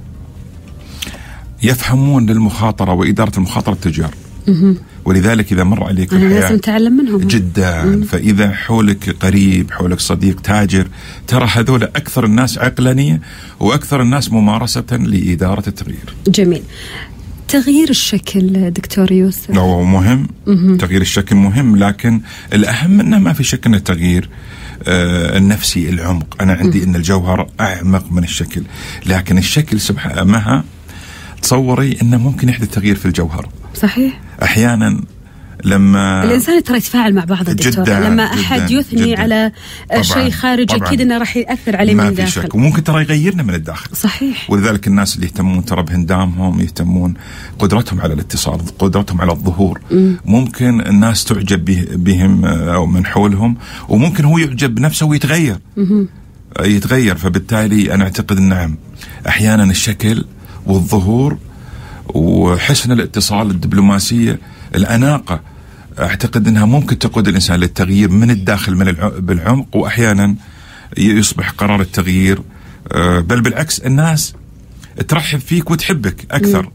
يفهمون للمخاطرة وإدارة المخاطرة التجار. مم. ولذلك إذا مر عليك الحياة لازم نتعلم منهم جدا. مم. فإذا حولك قريب، حولك صديق تاجر، ترى هذول أكثر الناس عقلانية وأكثر الناس ممارسة لإدارة التغيير. جميل. تغيير الشكل دكتور يوسف لو مهم. مم. تغيير الشكل مهم، لكن الأهم أنه ما في شك أن التغيير آه النفسي العمق. أنا عندي مم. أن الجوهر أعمق من الشكل، لكن الشكل سبحانه مها تصوري أنه ممكن يحدث تغيير في الجوهر. صحيح. أحيانا لما الإنسان ترى يتفاعل مع بعض الدكتور، لما أحد جداً يثني جداً على شيء خارجي أكيد إنه راح يأثر عليه من الداخل، وممكن ترى يغيرنا من الداخل. صحيح. ولذلك الناس اللي يهتمون ترى بهندامهم، يهتمون قدرتهم على الاتصال، قدرتهم على الظهور. م. ممكن الناس تعجب بهم أو من حولهم، وممكن هو يعجب بنفسه ويتغير. م. يتغير. فبالتالي أنا أعتقد نعم أحيانا الشكل والظهور وحسن الاتصال، الدبلوماسية، الأناقة، أعتقد أنها ممكن تقود الإنسان للتغيير من الداخل من بالعمق، وأحيانا يصبح قرار التغيير بل بالعكس الناس ترحب فيك وتحبك أكثر.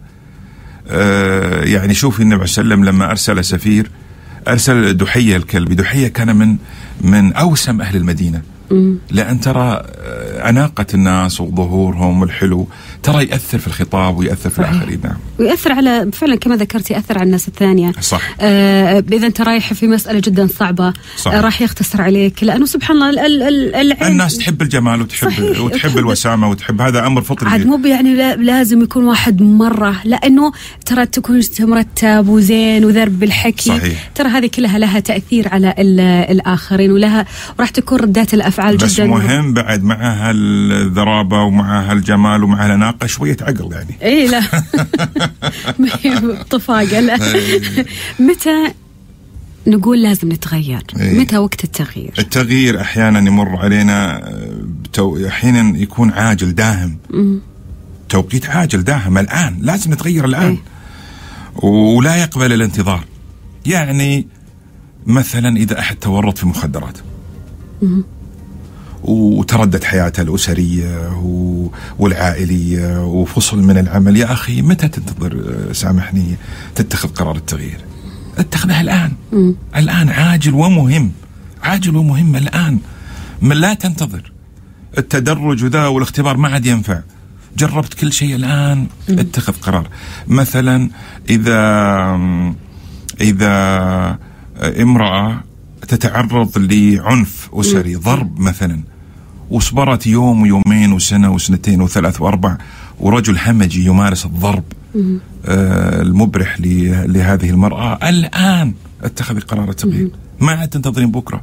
يعني شوفي النبي عليه وسلم لما أرسل سفير، أرسل دحية الكلب. دحية كان من من أوسم أهل المدينة، لأن ترى أناقة الناس وظهورهم الحلو ترى يأثر في الخطاب ويأثر في الآخرين. نعم. ويأثر على فعلا كما ذكرت، يأثر على الناس الثانية. صح. آه إذا أنت رايح في مسألة جدا صعبة آه راح يختصر عليك، لأنه سبحان الله ال ال ال الناس تحب الجمال وتحب صحيح. وتحب, وتحب الوسامة وتحب، هذا أمر فطري. عاد مو يعني لازم يكون واحد مرة، لأنه ترى تكون مرتب وزين وذرب بالحكي. صحيح. ترى هذه كلها لها تأثير على الآخرين، ولها وراح تكون ردات الأفعال بس جدا مهم بعد معها الذرابة ومعها الجمال ومعها الأناقة شوية عقل يعني. إيه لا طفاقة لا. متى نقول لازم نتغير؟ إيه؟ متى وقت التغيير؟ التغيير أحيانا يمر علينا بتو... أحيانا يكون عاجل داهم. م- توقيت عاجل داهم، الآن لازم نتغير الآن. إيه؟ ولا يقبل الانتظار. يعني مثلا إذا أحد تورط في مخدرات، وتردد حياته الأسرية والعائلية وفصل من العمل، يا أخي متى تنتظر سامحني تتخذ قرار التغيير؟ اتخذها الآن. م. الآن عاجل ومهم، عاجل ومهم الآن، من لا تنتظر. التدرج وذا والاختبار ما عاد ينفع، جربت كل شيء الآن. م. اتخذ قرار. مثلا إذا إذا امرأة تتعرض لعنف أسري، ضرب مثلا، وصبرت يوم ويومين وسنة وسنتين وثلاث وأربع، ورجل همجي يمارس الضرب آه المبرح لهذه المرأة، الآن اتخذ قرار التغيير. ما عاد تنتظرين بكرة،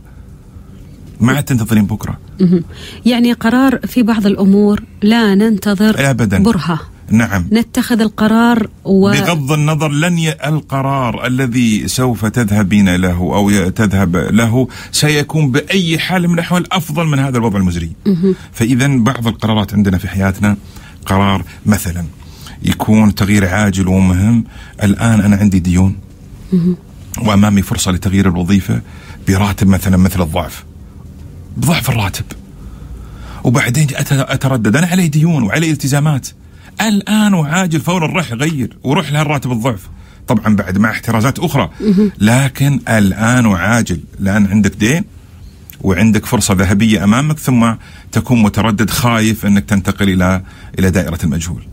ما عاد تنتظرين بكرة. يعني قرار في بعض الأمور لا ننتظر أبدا برهة. نعم، نتخذ القرار و... بغض النظر لن ي... القرار الذي سوف تذهبين له أو تذهب له سيكون بأي حال من الأحوال أفضل من هذا الوضع المزري. فإذا بعض القرارات عندنا في حياتنا، قرار مثلا يكون تغيير عاجل ومهم. الآن أنا عندي ديون وأمامي فرصة لتغيير الوظيفة براتب مثلا مثل الضعف، بضعف الراتب، وبعدين أتردد، أنا علي ديون وعلي التزامات. الآن وعاجل فورا روح غير وروح لها الراتب الضعف، طبعا بعد مع احترازات أخرى، لكن الآن وعاجل، لأن عندك دين وعندك فرصة ذهبية أمامك، ثم تكون متردد خايف أنك تنتقل إلى إلى دائرة المجهول.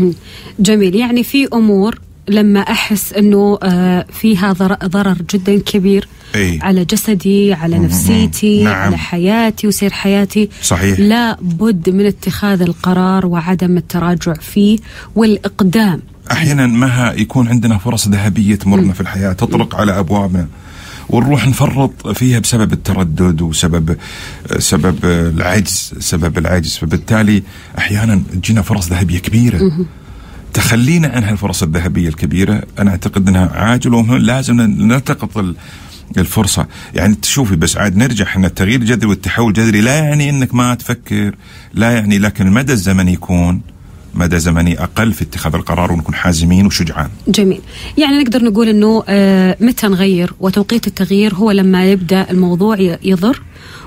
جميل. يعني في أمور لما أحس أنه فيها ضرر جدا كبير أي. على جسدي، على نفسيتي، نعم. على حياتي وسير حياتي، صحيح. لا بد من اتخاذ القرار وعدم التراجع فيه والإقدام. أحيانا ما يكون عندنا فرص ذهبية تمرنا في الحياة، تطرق على أبوابنا ونروح نفرط فيها بسبب التردد وسبب سبب العجز سبب العجز فبالتالي أحيانا تجينا فرص ذهبية كبيرة تخلينا عن هالفرص الذهبية الكبيرة. أنا أعتقد أنها عاجل ومهم، لازم نلتقط الفرصة. يعني تشوفي بس عاد نرجع أن التغيير الجذري والتحول الجذري لا يعني أنك ما تفكر، لا يعني، لكن المدى الزمني يكون مدى زمني أقل في اتخاذ القرار، ونكون حازمين وشجعان. جميل. يعني نقدر نقول أنه آه متى نغير، وتوقيت التغيير هو لما يبدأ الموضوع يضر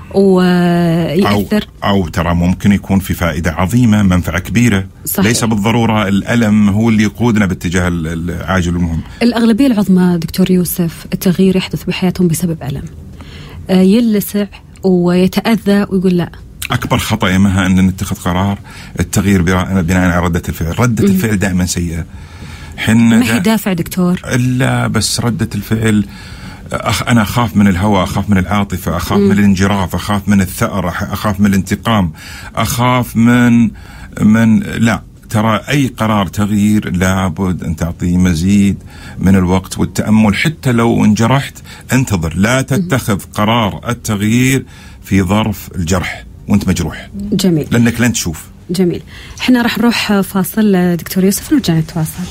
ويأثر، أو, أو ترى ممكن يكون في فائدة عظيمة، منفعة كبيرة. صحيح. ليس بالضرورة الألم هو اللي يقودنا باتجاه العاجل المهم. الأغلبية العظمى دكتور يوسف التغيير يحدث بحياتهم بسبب ألم، آه يلسع ويتأذى ويقول لا. أكبر خطأ يمها أن نتخذ قرار التغيير بناء على ردة الفعل. ردة م- الفعل دائما سيئة. حنا ما هي دافع دكتور، إلا بس ردة الفعل. أخ أنا أخاف من الهوى، أخاف من العاطفة، أخاف م- من الانجراف، أخاف من الثأر، أخاف من الانتقام، أخاف من من لا ترى أي قرار تغيير لابد أن تعطيه مزيد من الوقت والتأمل. حتى لو انجرحت انتظر، لا تتخذ قرار التغيير في ظرف الجرح وانت مجروح. جميل. لأنك لن تشوف. جميل. احنا راح نروح فاصل دكتور يوسف، نرجع نتواصل.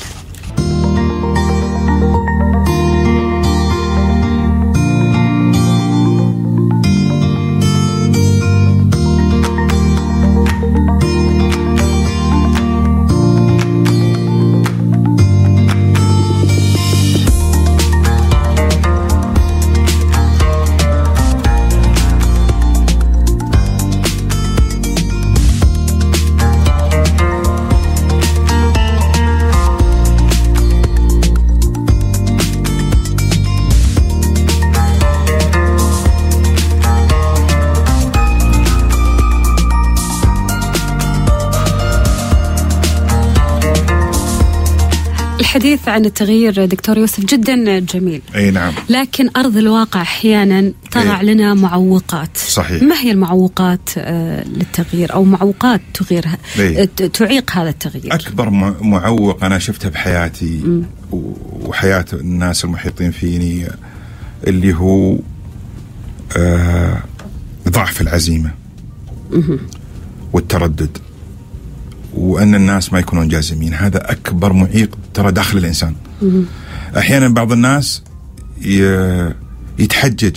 الحديث عن التغيير دكتور يوسف جدا جميل. أي نعم. لكن أرض الواقع أحيانا تضع أي. لنا معوقات. صحيح. ما هي المعوقات آه للتغيير أو معوقات تغيرها أي. تعيق هذا التغيير؟ أكبر معوق أنا شفتها بحياتي م. وحياة الناس المحيطين فيني اللي هو آه ضعف العزيمة م. والتردد، وأن الناس ما يكونون جازمين. هذا أكبر معيق ترى داخل الإنسان. م- أحيانا بعض الناس يتحجج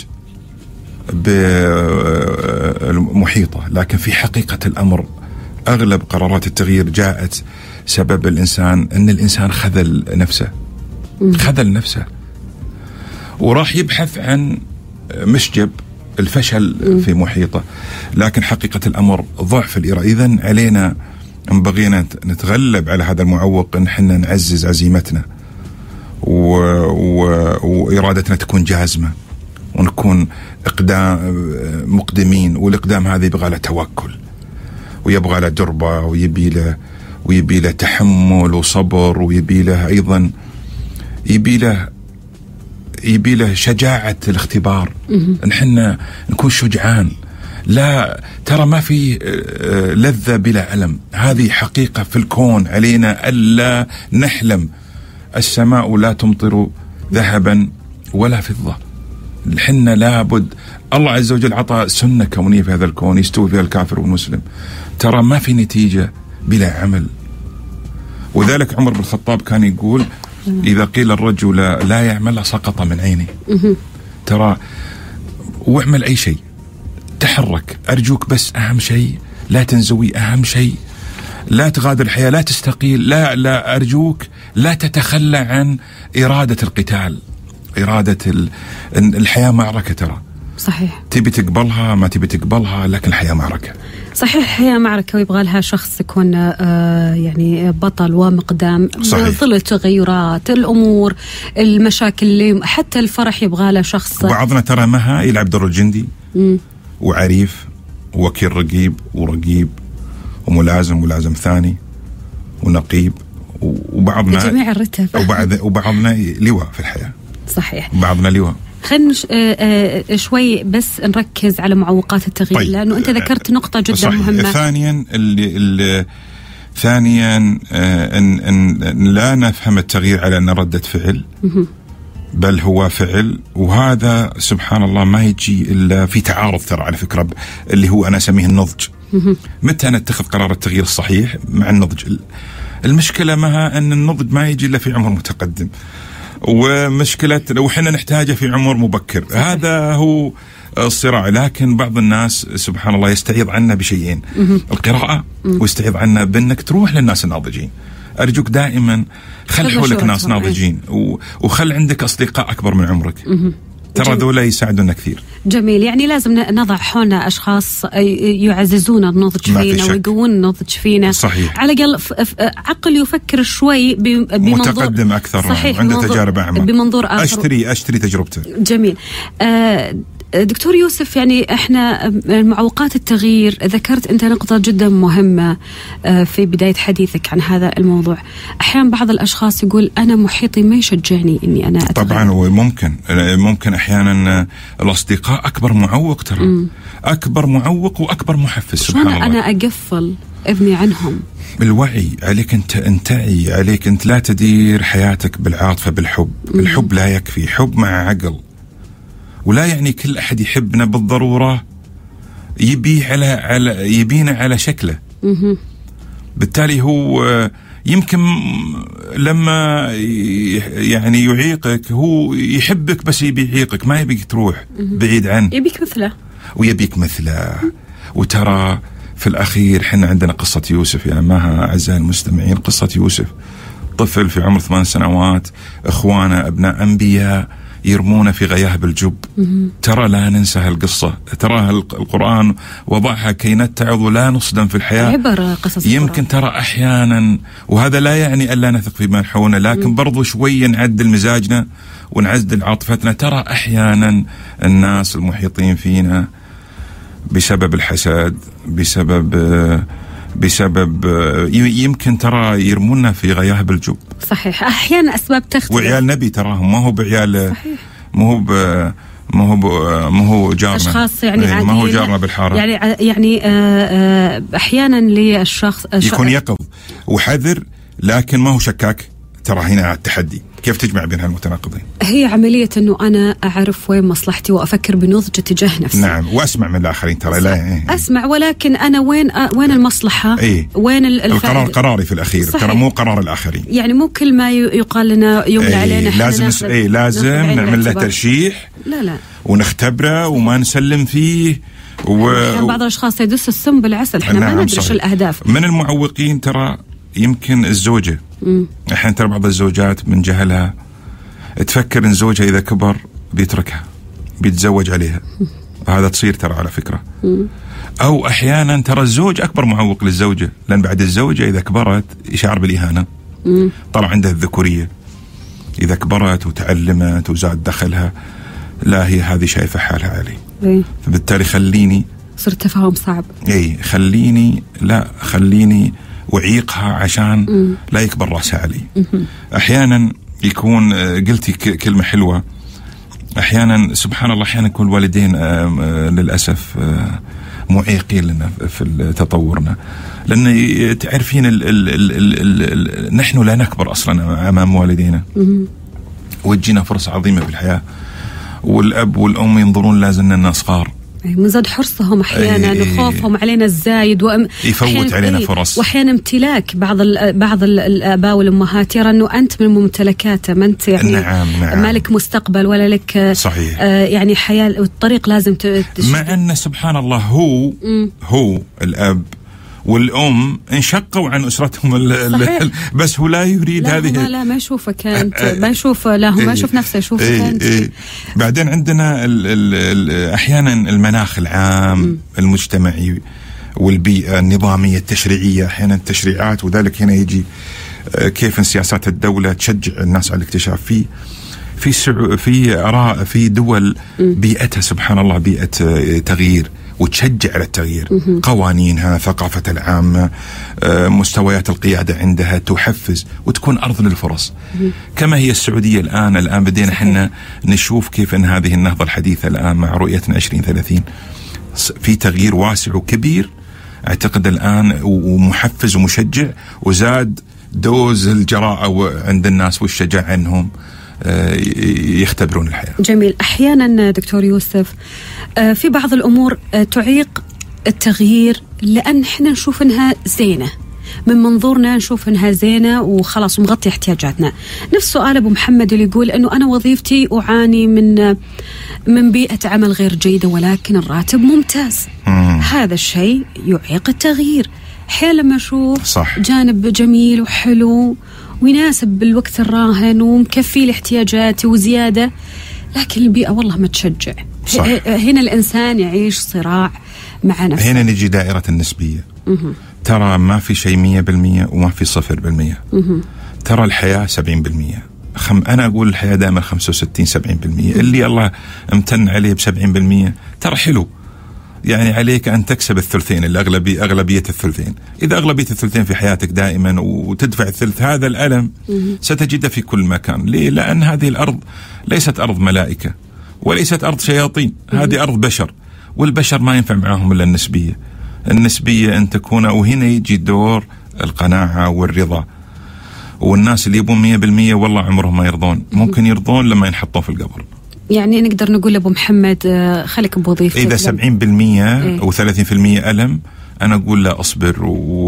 بالمحيطة، لكن في حقيقة الأمر أغلب قرارات التغيير جاءت سبب الإنسان أن الإنسان خذل نفسه م- خذل نفسه وراح يبحث عن مشجب الفشل في محيطه. لكن حقيقة الأمر ضعف الإرادة. إذن علينا إن بغينا نتغلب على هذا المعوق إن حنا نعزز عزيمتنا و... و... وإرادتنا تكون جازمة ونكون إقدام مقدمين. والإقدام هذا يبغى له توكل ويبغى له دربة ويبي له ويبي له تحمل وصبر ويبي له أيضا يبي له يبي له شجاعة الاختبار. نحن نكون شجعان. لا ترى ما في لذة بلا ألم. هذه حقيقة في الكون. علينا ألا نحلم. السماء لا تمطر ذهبا ولا فضة. حنا لابد. الله عز وجل عطى سنة كونية في هذا الكون يستوي فيها الكافر والمسلم. ترى ما في نتيجة بلا عمل. وذلك عمر بن الخطاب كان يقول إذا قيل الرجل لا يعمل سقط من عينه. ترى واعمل أي شيء، تحرك أرجوك، بس أهم شيء لا تنزوي، أهم شيء لا تغادر الحياة، لا تستقيل، لا لا أرجوك لا تتخلى عن إرادة القتال، إرادة الحياة معركة. ترى صحيح، تبي تقبلها ما تبي تقبلها، لكن الحياة معركة. صحيح، هي معركة ويبغى لها شخص يكون آه يعني بطل ومقدام. ظل التغيرات، الأمور، المشاكل، اللي حتى الفرح يبغى له شخص. بعضنا ترى مها يلعب دور الجندي م. وعريف ووكيل رقيب ورقيب وملازم ملازم ثاني ونقيب، وبعضنا جميع الرتب وبعض وبعضنا لواء في الحياة. صحيح، بعضنا لواء. خلينا شوي بس نركز على معوقات التغيير. طيب. لأنه أنت ذكرت نقطة جدا صحيح. مهمة. ثانيا اللي اللي ثانيا إن, إن لا نفهم التغيير على أن ردة فعل، بل هو فعل. وهذا سبحان الله ما يجي إلا في تعارض ترى على فكرة، اللي هو أنا أسميه النضج. متى نتخذ قرار التغيير الصحيح؟ مع النضج. المشكلة معها أن النضج ما يجي إلا في عمر متقدم، ومشكلة وحنا نحتاجه في عمر مبكر. هذا هو الصراع. لكن بعض الناس سبحان الله يستعيض عنا بشيئين: القراءة، ويستعيض عنا بأنك تروح للناس الناضجين. أرجوك دائما خل حولك ناس ناضجين، وخل عندك أصدقاء أكبر من عمرك. ترى ذولا يساعدونا كثير. جميل. يعني لازم نضع حولنا أشخاص يعززون النضج فينا ويقوون النضج فينا. صحيح. على الأقل عقل يفكر شوي بمنظور متقدم أكثر. صحيح. عنده تجارب أعمق بمنظور آخر. أشتري أشتري تجربته. جميل. آه دكتور يوسف، يعني احنا معوقات التغيير، ذكرت انت نقطة جدا مهمة في بداية حديثك عن هذا الموضوع. احيانا بعض الاشخاص يقول انا محيطي ما يشجعني اني انا أتغير. طبعا وممكن ممكن احيانا الاصدقاء اكبر معوق. ترى م. اكبر معوق واكبر محفز. سبحان الله. انا اقفل ابني عنهم. بالوعي عليك انت، انتعي عليك انت، لا تدير حياتك بالعاطفة بالحب. م. الحب لا يكفي، حب مع عقل. ولا يعني كل أحد يحبنا بالضرورة يبي على على يبينا على شكله. بالتالي هو يمكن لما يعني يعيقك هو يحبك بس يبي يعيقك، ما يبيك تروح بعيد عنه، يبيك مثله ويبيك مثله. وترى في الأخير حنا عندنا قصة يوسف يا مها أعزائي المستمعين. قصة يوسف طفل في عمر ثمان سنوات، إخوانه أبناء أنبياء يرمون في غياهب الجب. ترى لا ننسى هالقصة، تراها القرآن وضعها كي نتعظ ولا نصدم في الحياة. عبر قصص يمكن القرآن. ترى أحيانا، وهذا لا يعني ألا نثق في من حولنا، لكن برضو شوية نعدل مزاجنا ونعدل عاطفتنا. ترى أحيانا الناس المحيطين فينا بسبب الحسد، بسبب بسبب يمكن ترى يرمونا في غياهب الجب. صحيح، أحيانا أسباب تختلف. وعيال نبي تراهم ما هو بعيال، ما هو ما هو ما هو جارنا، أشخاص يعني ما هو جارنا بالحارة. يعني يعني أحيانا للشخص يكون يقظ وحذر، لكن ما هو شكاك. ترى هنا التحدي كيف تجمع بين هالمتناقضين. هي عملية أنه أنا أعرف وين مصلحتي وأفكر بنضج تجاه نفسي. نعم، وأسمع من الآخرين. ترى لا إيه. أسمع، ولكن أنا وين وين المصلحة؟ إيه؟ وين الفائدة؟ القرار قراري في الأخير. صحيح. ترى مو قرار الآخرين. يعني مو كل ما يقال لنا يملى إيه علينا لازم نس... إيه لازم نعمل له ترشيح. لا لا ونختبره وما نسلم فيه. و... يعني بعض الأشخاص يدس السم بالعسل. إحنا نعم ما ندري شو الأهداف. من المعوقين ترى يمكن الزوجة. الحين ترى بعض الزوجات من جهلها تفكر إن زوجها إذا كبر بيتركها، بيتزوج عليها. هذا تصير ترى على فكرة. أو أحيانا ترى الزوج أكبر معوق للزوجة، لأن بعد الزوجة إذا كبرت يشعر بالإهانة، طلع عندها الذكورية، إذا كبرت وتعلمت وزاد دخلها لا هي هذه شايفة حالها علي، فبالتالي خليني صار التفاهم صعب. اي خليني لا خليني وعيقها عشان م. لا يكبر راسها علي. م- احيانا يكون قلتي كلمه حلوه، احيانا سبحان الله احيانا يكون الوالدين للاسف معيقين لنا في تطورنا، لان تعرفين ال ال ال ال ال نحن لا نكبر اصلا امام والدينا، وتجينا فرصه عظيمه في الحياه، والاب والام ينظرون لازلنا الناس صغار، من زاد حرصهم احيانا أيه وخوفهم علينا الزايد، وأم يفوت علينا فرص، واحيانا امتلاك بعض بعض الاباء والامهات يرى انه انت من ممتلكاته، ما انت يعني نعم نعم ما لك مستقبل ولا لك صحيح آه يعني حياه، والطريق لازم تشتغل. مع ان سبحان الله هو م. هو الاب والأم انشقوا عن أسرتهم ال ال بس هو لا يريد لا هذه لا ما يشوفك أنت، ما يشوف لا هو ما يشوف نفسه، يشوفك إيه أنت. إيه. بعدين عندنا ال ال ال أحيانا المناخ العام م. المجتمعي والبيئة النظامية التشريعية، أحيانا التشريعات، وذلك هنا يجي كيف سياسات الدولة تشجع الناس على الاكتشاف في في سعو في أراء في دول بيئتها سبحان الله بيئة تغيير وتشجع على التغيير، قوانينها، ثقافة العامة، مستويات القيادة عندها تحفز وتكون أرض للفرص، كما هي السعودية الآن. الآن بدينا حنا نشوف كيف أن هذه النهضة الحديثة الآن مع رؤيتنا عشرين ثلاثين في تغيير واسع وكبير أعتقد الآن، ومحفز ومشجع، وزاد دوز الجراءة عند الناس والشجاعة أنهم يختبرون الحياة. جميل. أحيانا دكتور يوسف في بعض الأمور تعيق التغيير لأن احنا نشوف انها زينة، من منظورنا نشوف انها زينة وخلاص ومغطي احتياجاتنا. نفس سؤال أبو محمد اللي يقول أنه أنا وظيفتي أعاني من من بيئة عمل غير جيدة ولكن الراتب ممتاز. مم. هذا الشيء يعيق التغيير. أحيانا لما أشوف صح. جانب جميل وحلو ويناسب بالوقت الراهن ومكفي لاحتياجاتي وزيادة، لكن البيئة والله ما تشجع. صح. هنا الإنسان يعيش صراع مع نفسه. هنا نجي دائرة النسبية. مه. ترى ما في شيء مية بالمية وما في صفر بالمية. مه. ترى الحياة سبعين بالمية. خم أنا أقول الحياة دائما خمسة وستين سبعين بالمية. اللي الله امتن عليه بسبعين بالمية ترى حلو، يعني عليك أن تكسب الثلثين، الأغلبية أغلبية الثلثين. إذا أغلبية الثلثين في حياتك دائما وتدفع الثلث، هذا الألم ستجده في كل مكان. ليه؟ لأن هذه الأرض ليست أرض ملائكة وليست أرض شياطين، هذه أرض بشر، والبشر ما ينفع معهم إلا النسبية. النسبية أن تكون، وهنا يجي دور القناعة والرضا. والناس اللي يبون مية بالمية والله عمرهم ما يرضون، ممكن يرضون لما ينحطون في القبر. يعني نقدر نقول لأبو محمد خليك بوظيفتك. إذا سبعين بالمية إيه؟ أو ثلاثين بالمية ألم، أنا أقول لا أصبر.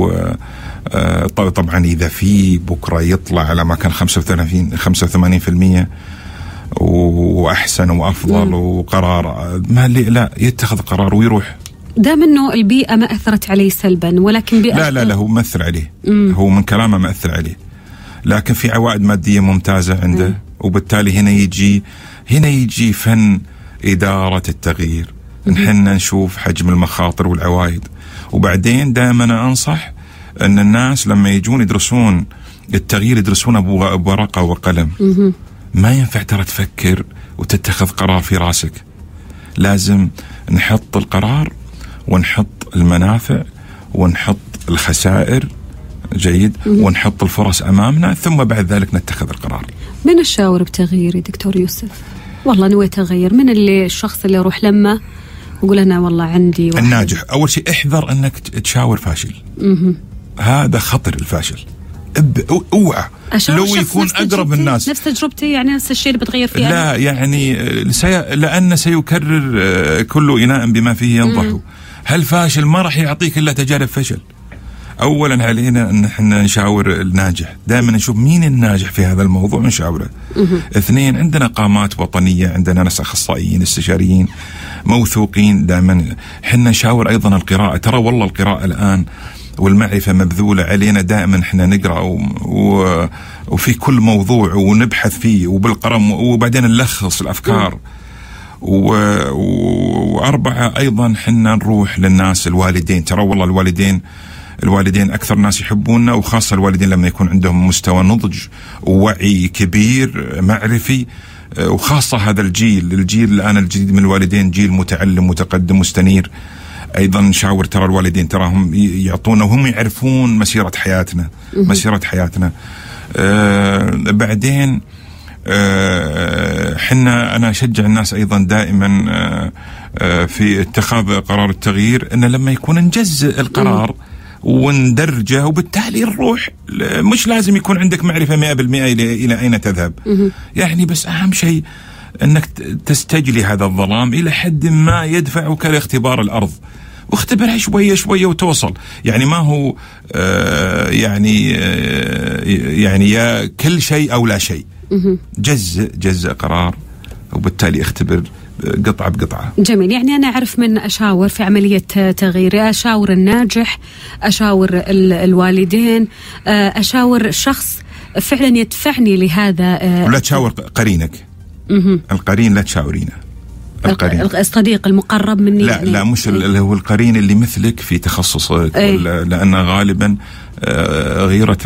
وطبعا إذا في بكرة يطلع على ما كان خمسة وثلاثين خمسة وثمانين بالمية وأحسن وأفضل م. وقرار ما لي لا يتخذ قرار ويروح. دام إنه البيئة ما أثرت عليه سلبا، ولكن بيئة لا لا لا هو مأثر عليه. م. هو من كلامه مأثر عليه، لكن في عوائد مادية ممتازة عنده. م. وبالتالي هنا يجي هنا يجي فن إدارة التغيير. نحن نشوف حجم المخاطر والعوائد، وبعدين دائما أنصح أن الناس لما يجون يدرسون التغيير يدرسونه بورقة وقلم. ما ينفع ترى تفكر وتتخذ قرار في راسك، لازم نحط القرار ونحط المنافع ونحط الخسائر، جيد، ونحط الفرص أمامنا، ثم بعد ذلك نتخذ القرار. من الشاور بتغييري دكتور يوسف؟ والله نويت أغير. من اللي الشخص اللي أروح لما وقول أنا والله عندي واحد. الناجح أول شيء احذر أنك تشاور فاشل. مه. هذا خطر الفاشل. اوعى لو يكون أقرب الناس. نفس تجربتي يعني نفس الشيء اللي بتغير فيه. لا يعني سي... لأن سيكرر كل إناء بما فيه ينضح. هل فاشل ما راح يعطيك إلا تجارب فشل. أولا علينا أن احنا نشاور الناجح، دائما نشوف مين الناجح في هذا الموضوع نشاوره. اثنين، عندنا قامات وطنية، عندنا ناس أخصائيين استشاريين موثوقين، دائما احنا نشاور. أيضا القراءة، ترى والله القراءة الآن والمعرفة مبذولة علينا، دائما احنا نقرأ و... و... وفي كل موضوع ونبحث فيه وبالقلم، وبعدين نلخص الأفكار وأربعة أيضا حنا نروح للناس الوالدين. ترى والله الوالدين الوالدين أكثر ناس يحبوننا، وخاصة الوالدين لما يكون عندهم مستوى نضج ووعي كبير معرفي، وخاصة هذا الجيل الجيل الآن الجديد من الوالدين جيل متعلم متقدم مستنير. أيضا نشاور ترى الوالدين تراهم يعطونا وهم يعرفون مسيرة حياتنا مسيرة حياتنا. آه بعدين آه حنا أنا أشجع الناس أيضا دائما آه آه في اتخاذ قرار التغيير، أن لما يكون نجزء القرار وندرجه، وبالتالي نروح. مش لازم يكون عندك معرفة مئة بالمئة إلى إلى أين تذهب، يعني بس أهم شيء أنك تستجلي هذا الظلام إلى حد ما يدفعك لاختبار الأرض، واختبرها شوية شوية وتوصل. يعني ما هو آه يعني آه يعني يا كل شيء أو لا شيء، جزء جزء قرار، وبالتالي اختبر قطعة بقطعة. جميل. يعني أنا أعرف من أشاور في عملية تغيير، أشاور الناجح، أشاور الوالدين، أشاور الشخص فعلا يدفعني لهذا. ولا تشاور قرينك. مه. القرين لا تشاورينه. القرين الصديق المقرب مني. لا لا مش اللي هو القرين اللي مثلك في تخصصك، لأن غالبا غيرة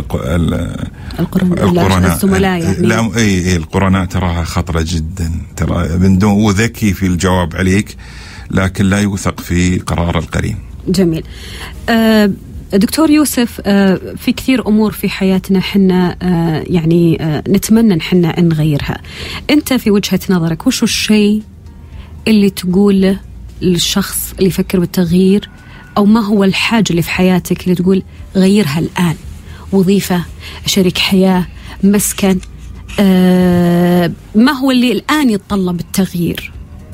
القرناء الزملاء يعني. لا اي القرناء تراها خطرة جدا، ترى من دون وذكي في الجواب عليك، لكن لا يوثق في قرار القرين. جميل. أه دكتور يوسف، أه في كثير أمور في حياتنا حنا أه يعني أه نتمنى ان حنا نغيرها. انت في وجهة نظرك وش الشيء اللي تقول للشخص اللي يفكر بالتغيير، أو ما هو الحاجة اللي في حياتك اللي تقول غيرها الآن؟ وظيفة، شريك حياة، مسكن، آه ما هو اللي الآن يتطلب التغيير؟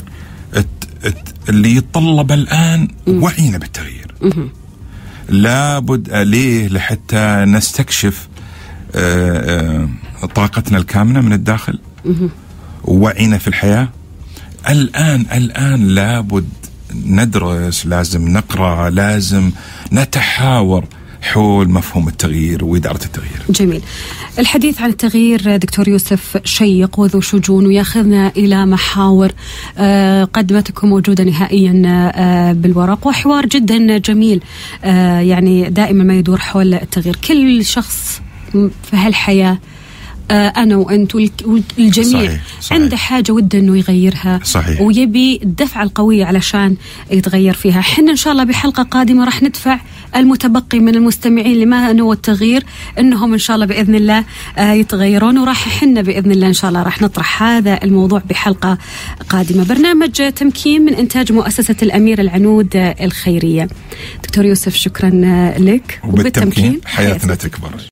اللي يتطلب الآن وعينا بالتغيير. م- لابد ليه لحتى نستكشف آه آه طاقتنا الكامنة من الداخل، ووعينا في الحياة. الآن الآن لابد ندرس، لازم نقرأ، لازم نتحاور حول مفهوم التغيير وإدارة التغيير. جميل. الحديث عن التغيير دكتور يوسف شيق وذو شجون، وياخذنا إلى محاور آه قدمتكم موجودة نهائيا آه بالورق، وحوار جدا جميل آه يعني دائما ما يدور حول التغيير. كل شخص في هالحياة آه أنا وأنت والجميع صحيح. صحيح. عنده حاجة وده أنه يغيرها، صحيح. ويبي الدفعة القوية علشان يتغير فيها. حنا إن شاء الله بحلقة قادمة راح ندفع المتبقي من المستمعين لما نوى التغيير أنهم إن شاء الله بإذن الله آه يتغيرون، وراح حنا بإذن الله إن شاء الله راح نطرح هذا الموضوع بحلقة قادمة. برنامج تمكين من إنتاج مؤسسة الأمير العنود الخيرية. دكتور يوسف شكرا لك، وبالتمكين حياتنا تكبر.